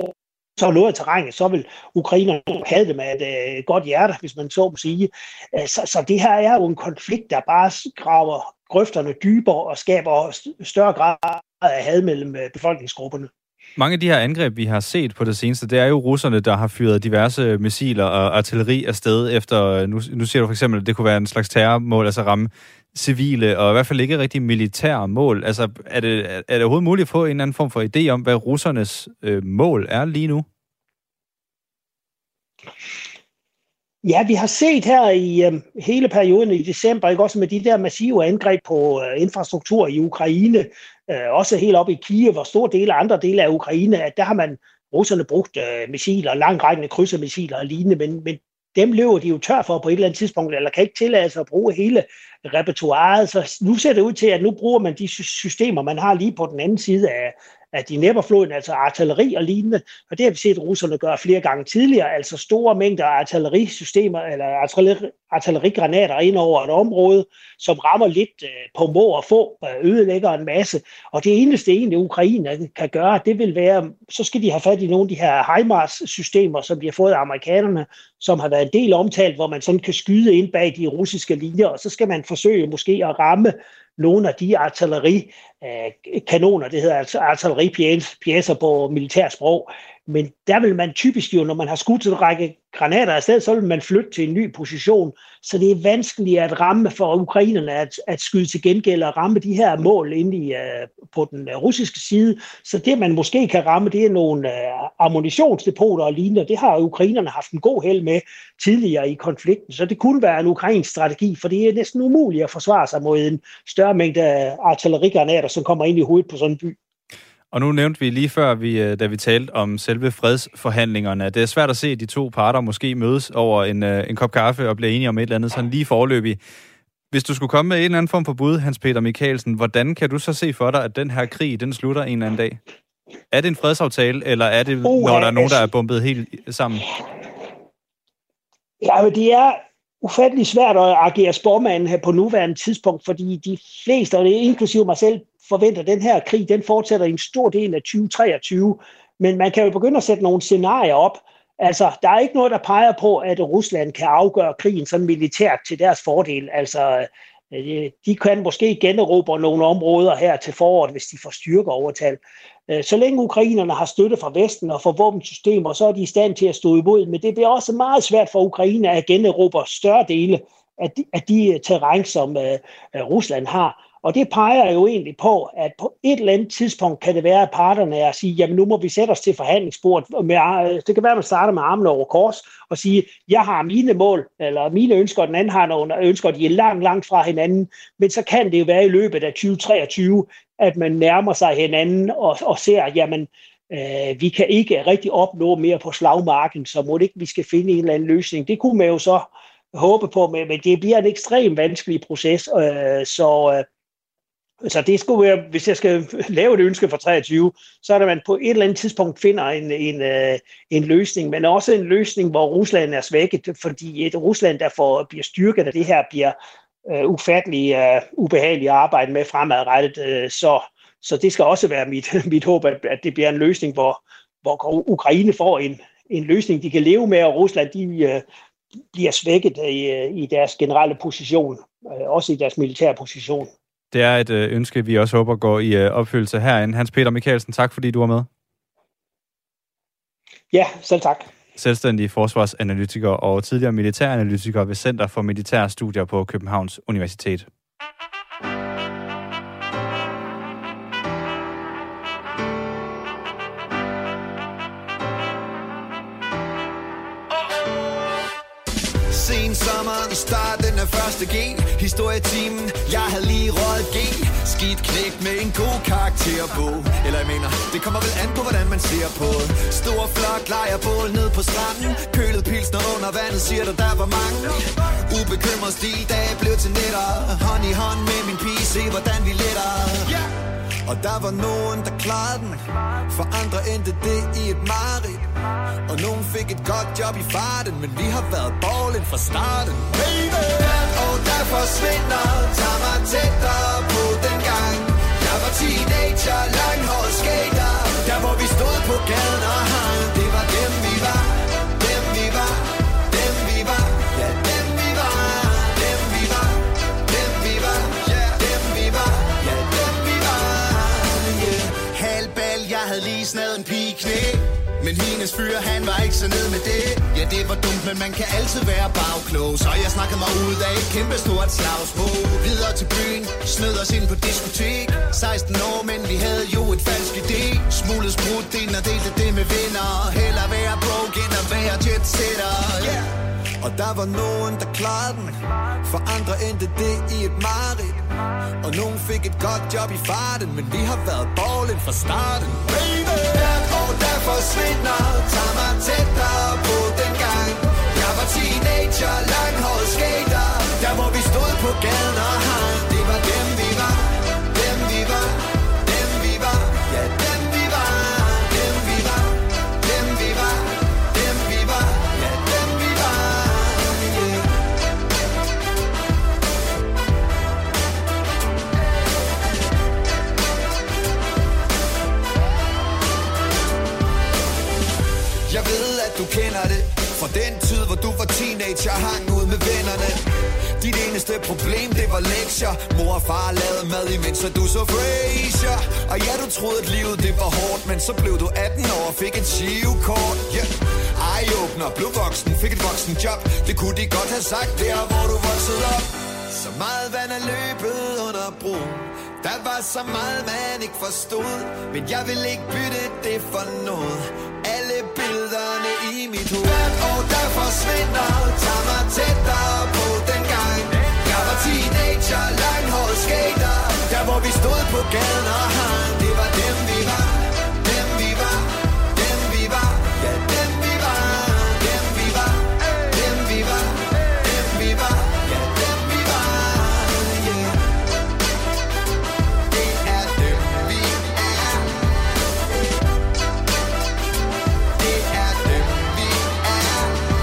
så noget af terrænet, så vil ukrainerne have det med et øh, godt hjerte, hvis man så må sige. Øh, så, så det her er jo en konflikt, der bare graver grøfterne dybere og skaber større grad af had mellem befolkningsgrupperne. Mange af de her angreb, vi har set på det seneste, det er jo russerne, der har fyret diverse missiler og artilleri afsted efter, nu, nu siger du for eksempel, at det kunne være en slags terrormål, altså ramme civile, og i hvert fald ikke rigtig militære mål. Altså, er det, er det overhovedet muligt at få en eller anden form for idé om, hvad russernes øh, mål er lige nu? Ja, vi har set her i øh, hele perioden i december, ikke også med de der massive angreb på øh, infrastruktur i Ukraine, øh, også helt op i Kiev og store dele af andre dele af Ukraine, at der har man russerne brugt øh, missiler, langrækkende krydsermissiler og lignende, men, men dem løber de jo tør for på et eller andet tidspunkt, eller kan ikke tillade sig at bruge hele repertoiret. Så nu ser det ud til, at nu bruger man de systemer, man har lige på den anden side af, af Dnepr-floden, altså artilleri og lignende. Og det har vi set russerne gøre flere gange tidligere, altså store mængder artillerisystemer, eller artilleri, artillerigranater ind over et område, som rammer lidt øh, på må og få, øh, ødelægger en masse. Og det eneste egentlig, Ukraine kan gøre, det vil være, så skal de have fat i nogle af de her HIMARS-systemer, som de har fået af amerikanerne, som har været en del omtalt, hvor man sådan kan skyde ind bag de russiske linjer, og så skal man forsøge måske at ramme nogle af de artillerikanoner, det hedder altså artilleripjæser på militærsprog. Men der vil man typisk jo, når man har skudt en række granater afsted, så vil man flytte til en ny position. Så det er vanskeligt at ramme for ukrainerne at, at skyde til gengæld og ramme de her mål inde i, uh, på den uh, russiske side. Så det, man måske kan ramme, det er nogle uh, ammunitionsdepoter og lignende. Det har ukrainerne haft en god held med tidligere i konflikten. Så det kunne være en ukrainsk strategi, for det er næsten umuligt at forsvare sig mod en større mængde artillerigranater, som kommer ind i hovedet på sådan en by. Og nu nævnte vi lige før, vi, da vi talte om selve fredsforhandlingerne, at det er svært at se, at de to parter måske mødes over en, en kop kaffe og bliver enige om et eller andet sådan lige foreløbig. Hvis du skulle komme med en eller anden form for bud, Hans Peter Michaelsen, hvordan kan du så se for dig, at den her krig, den slutter en eller anden dag? Er det en fredsaftale, eller er det, oh, når der er nogen, der er bumpet helt sammen? Ja, men det er ufattelig svært at agere spormand her på nuværende tidspunkt, fordi de fleste, og det er inklusive mig selv, forventer, at den her krig, den fortsætter i en stor del af tyve treogtyve, men man kan jo begynde at sætte nogle scenarier op. Altså, der er ikke noget, der peger på, at Rusland kan afgøre krigen sådan militært til deres fordel. Altså, de kan måske generobre nogle områder her til foråret, hvis de får styrkeovertal. Så længe ukrainerne har støtte fra Vesten og fra våbensystemer, så er de i stand til at stå imod, men det bliver også meget svært for Ukraine at generobre større dele af de, af de terræn, som uh, Rusland har. Og det peger jo egentlig på, at på et eller andet tidspunkt kan det være, at parterne er at sige, jamen nu må vi sætte os til forhandlingsbordet. Det kan være, at man starter med armene over kors og sige, jeg har mine mål, eller mine ønsker, og den anden har nogle ønsker, de er langt, langt fra hinanden. Men så kan det jo være i løbet af tyve treogtyve, at man nærmer sig hinanden og, og ser, jamen øh, vi kan ikke rigtig opnå mere på slagmarken, så må det ikke, vi skal finde en eller anden løsning. Det kunne man jo så håbe på, men, men det bliver en ekstremt vanskelig proces, øh, så... Øh, Så det skulle være, hvis jeg skal lave et ønske for treogtyve, så er det, at man på et eller andet tidspunkt finder en, en, en løsning, men også en løsning, hvor Rusland er svækket, fordi et Rusland, der får, bliver styrket af det her, bliver uh, ufattelig uh, ubehageligt at arbejde med fremadrettet. Uh, så, så det skal også være mit, mit håb, at, at det bliver en løsning, hvor, hvor Ukraine får en, en løsning, de kan leve med, og Rusland de, uh, bliver svækket i, i deres generelle position, uh, også i deres militære position. Det er et øh, ønske, vi også håber går i øh, opfyldelse herinde. Hans Peter Michaelsen, tak fordi du var med. Ja, selv tak. Selvstændig forsvarsanalytiker og tidligere militæranalytiker ved Center for Militære Studier på Københavns Universitet. Sen sommer, starten af første G. Historietimen, jeg havde lige røget G. Skidt knægt med en god karakterbog. Eller jeg mener, det kommer vel an på, hvordan man ser på. Stor flok lejerbål ned på stranden. Kølet pilsner under vandet, siger der, der var mange. Ubekymret stil, da jeg blev til netter. Hånd i hånd med min pige, se hvordan vi letter. Og der var nogen, der klarede den. For andre endte det i et mareridt. Og nogen fik et godt job i farten. Men vi har været ballin' fra starten. Baby! Hvert år der forsvinder, tager mig tættere på den gang. Jeg var teenager, langhåret skater. Der hvor vi stod på gaden og hang. Det var dem vi var, dem vi var, dem vi var. Ja, dem vi var, dem vi var, dem vi var. Ja, dem vi var, ja, dem vi var. Yeah. Halvbal, jeg havde lige snadet en pige i knæ. Men hendes fyr, han var ikke så ned med det. Ja, det var dumt, men man kan altid være bagklog. Så jeg snakkede mig ud af et kæmpe stort slagsmål. Videre til byen, snød os ind på diskotek. seksten år, men vi havde jo et falsk idé. Smuglet sprudt ind og delte det med venner. Heller være broke end at være jetsetter. Yeah. Og der var nogen, der klarede den. For andre endte det i et mareridt. Og nogen fik et godt job i farten. Men vi har været ballin' fra starten. Baby! Hvert år der forsvinder, tager mig tættere på den gang. Jeg var teenager, langhåret skater. Der hvor vi stod på gaden og hang. Det var dem vi var, dem vi var, dem vi var. Ja, dem vi var, dem vi var, dem vi var, dem vi var. Ja, dem vi var. Jeg ved, at du kender det. Fra den tid, hvor du var teenager, hang ud med vennerne. Dit eneste problem, det var lektier. Mor og far lavede mad imens, så du så Frasier. Og ja, du troede, at livet det var hårdt. Men så blev du atten år og fik et shivkort. Yeah. Eye-opener, blev voksen, fik et voksen job. Det kunne de godt have sagt der, hvor du voksede op. Så meget vand er løbet under broen. Der var så meget, man ikke forstod. Men jeg vil ikke bytte det for noget. Alle billederne i mit hoved. Hvert år der forsvinder, tager mig tættere på den gang. Jeg var teenager, langhåret skater. Der hvor vi stod på gaden og hang. Det var dem vi var, dem vi var, dem vi var. Ja, dem vi var, dem vi var, dem vi var, dem vi var. Ja, dem vi var, yeah. Det er dem vi er. Det er dem vi er.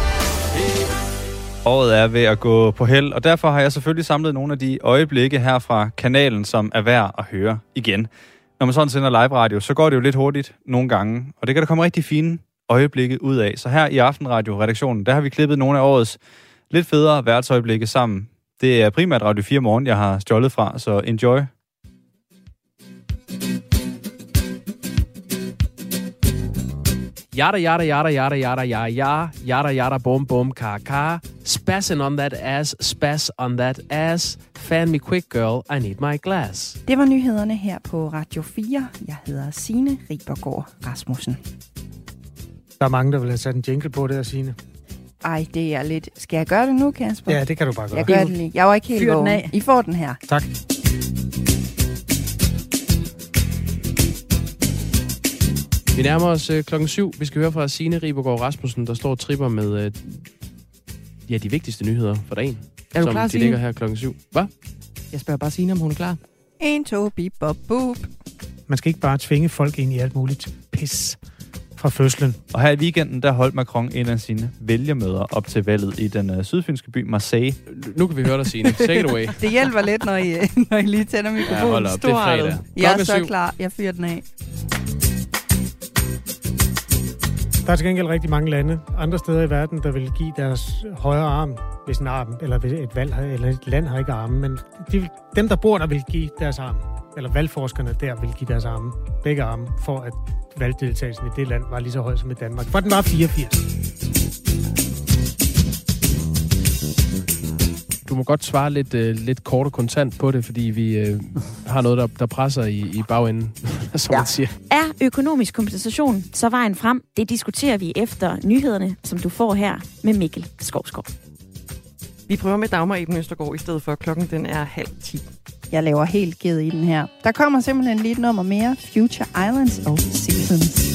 Året er ved at gå på held, og derfor har jeg selvfølgelig samlet nogle af de øjeblikke her fra kanalen, som er værd at høre igen. Når man sådan sender live radio, så går det jo lidt hurtigt nogle gange, og det kan der komme rigtig fine øjeblikke ud af. Så her i Aftenradio-redaktionen, der har vi klippet nogle af årets lidt federe værtsøjeblikke sammen. Det er primært Radio fire Morgen, jeg har stjålet fra, så enjoy. Yada, yada, yada, yada, yada, yada, yada, yada, yada, bum, bum, car, car. Spassin' on that ass, spas on that ass. Fan me quick, girl, I need my glass. Det var nyhederne her på Radio fire. Jeg hedder Signe Ribergaard Rasmussen. Der er mange, der vil have sat en jingle på det, Signe. Ej, det er lidt... Skal jeg gøre det nu, Kasper? Ja, det kan du bare gøre. Jeg gør det lige. Jeg var ikke helt vågen. I får den her. Tak. Vi nærmer os øh, klokken syv. Vi skal høre fra Signe Ribergaard Rasmussen, der står og tripper med øh, ja, de vigtigste nyheder for dagen. Er du som klar, de Signe? ligger her klokken syv. Hvad? Jeg spørger bare Signe, om hun er klar. En, to, bip, bop, boop. Man skal ikke bare tvinge folk ind i alt muligt pis fra fødslen. Og her i weekenden, der holdt Macron en af sine vælgermøder op til valget i den uh, sydfynske by Marseille. Nu kan vi høre dig, Signe. Take it away. Det hjælper lidt, når I, når I lige tænder mikrofonen. Ja, hold op. Det er fredag. Jeg er så syv. klar. Jeg fyrer den af. Der er til gengæld rigtig mange lande, andre steder i verden, der vil give deres højre arm, hvis en arm, eller hvis et valg har, eller et land har ikke arme, men de, dem, der bor der, vil give deres arm, eller valgforskerne der vil give deres arme, begge arme, for at valgdeltagelsen i det land var lige så høj som i Danmark. For den var fireogfirs. Du må godt svare lidt, øh, lidt kort og kontant på det, fordi vi øh, har noget, der, der presser i, i bagenden, som ja. man siger. Er økonomisk kompensation så vejen frem? Det diskuterer vi efter nyhederne, som du får her med Mikkel Skovsgaard. Vi prøver med Dagmar Eben Østergaard i stedet for. Klokken den er halv ti. Jeg laver helt ged i den her. Der kommer simpelthen lige et nummer mere. Future Islands og Seasons.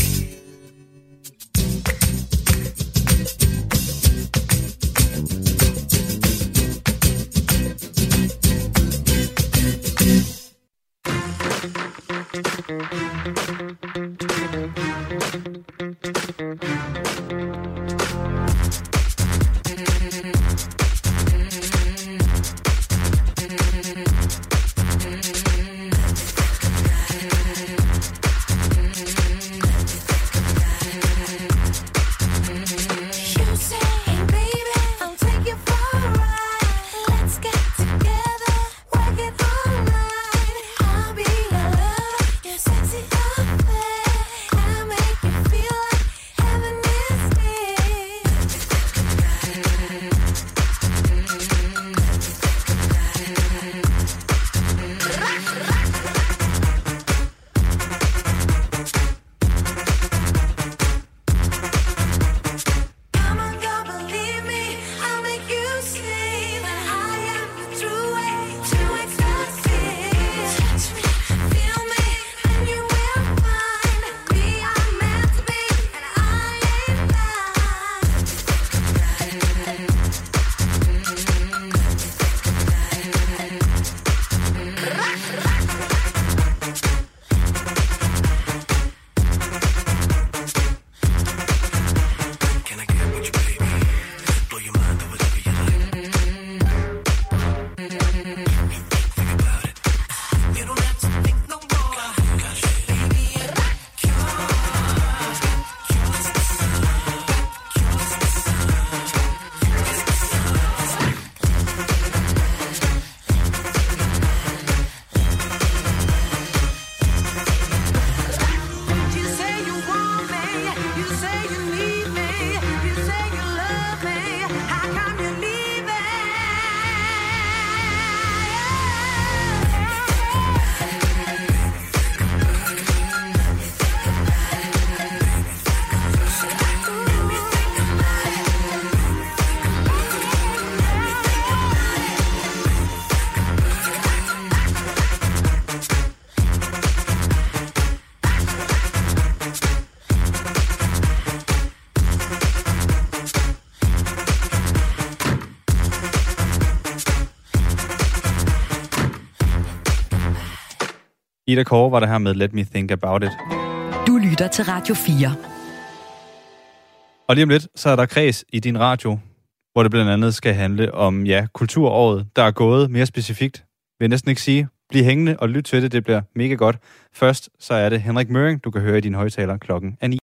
Ida Kåre var det her med Let Me Think About It. Du lytter til Radio fire. Og lige om lidt, så er der kreds i din radio, hvor det blandt andet skal handle om, ja, kulturåret, der er gået mere specifikt. Vil jeg næsten ikke sige. Bliv hængende og lyt til det, det bliver mega godt. Først så er det Henrik Møring, du kan høre i dine højtaler klokken er ni.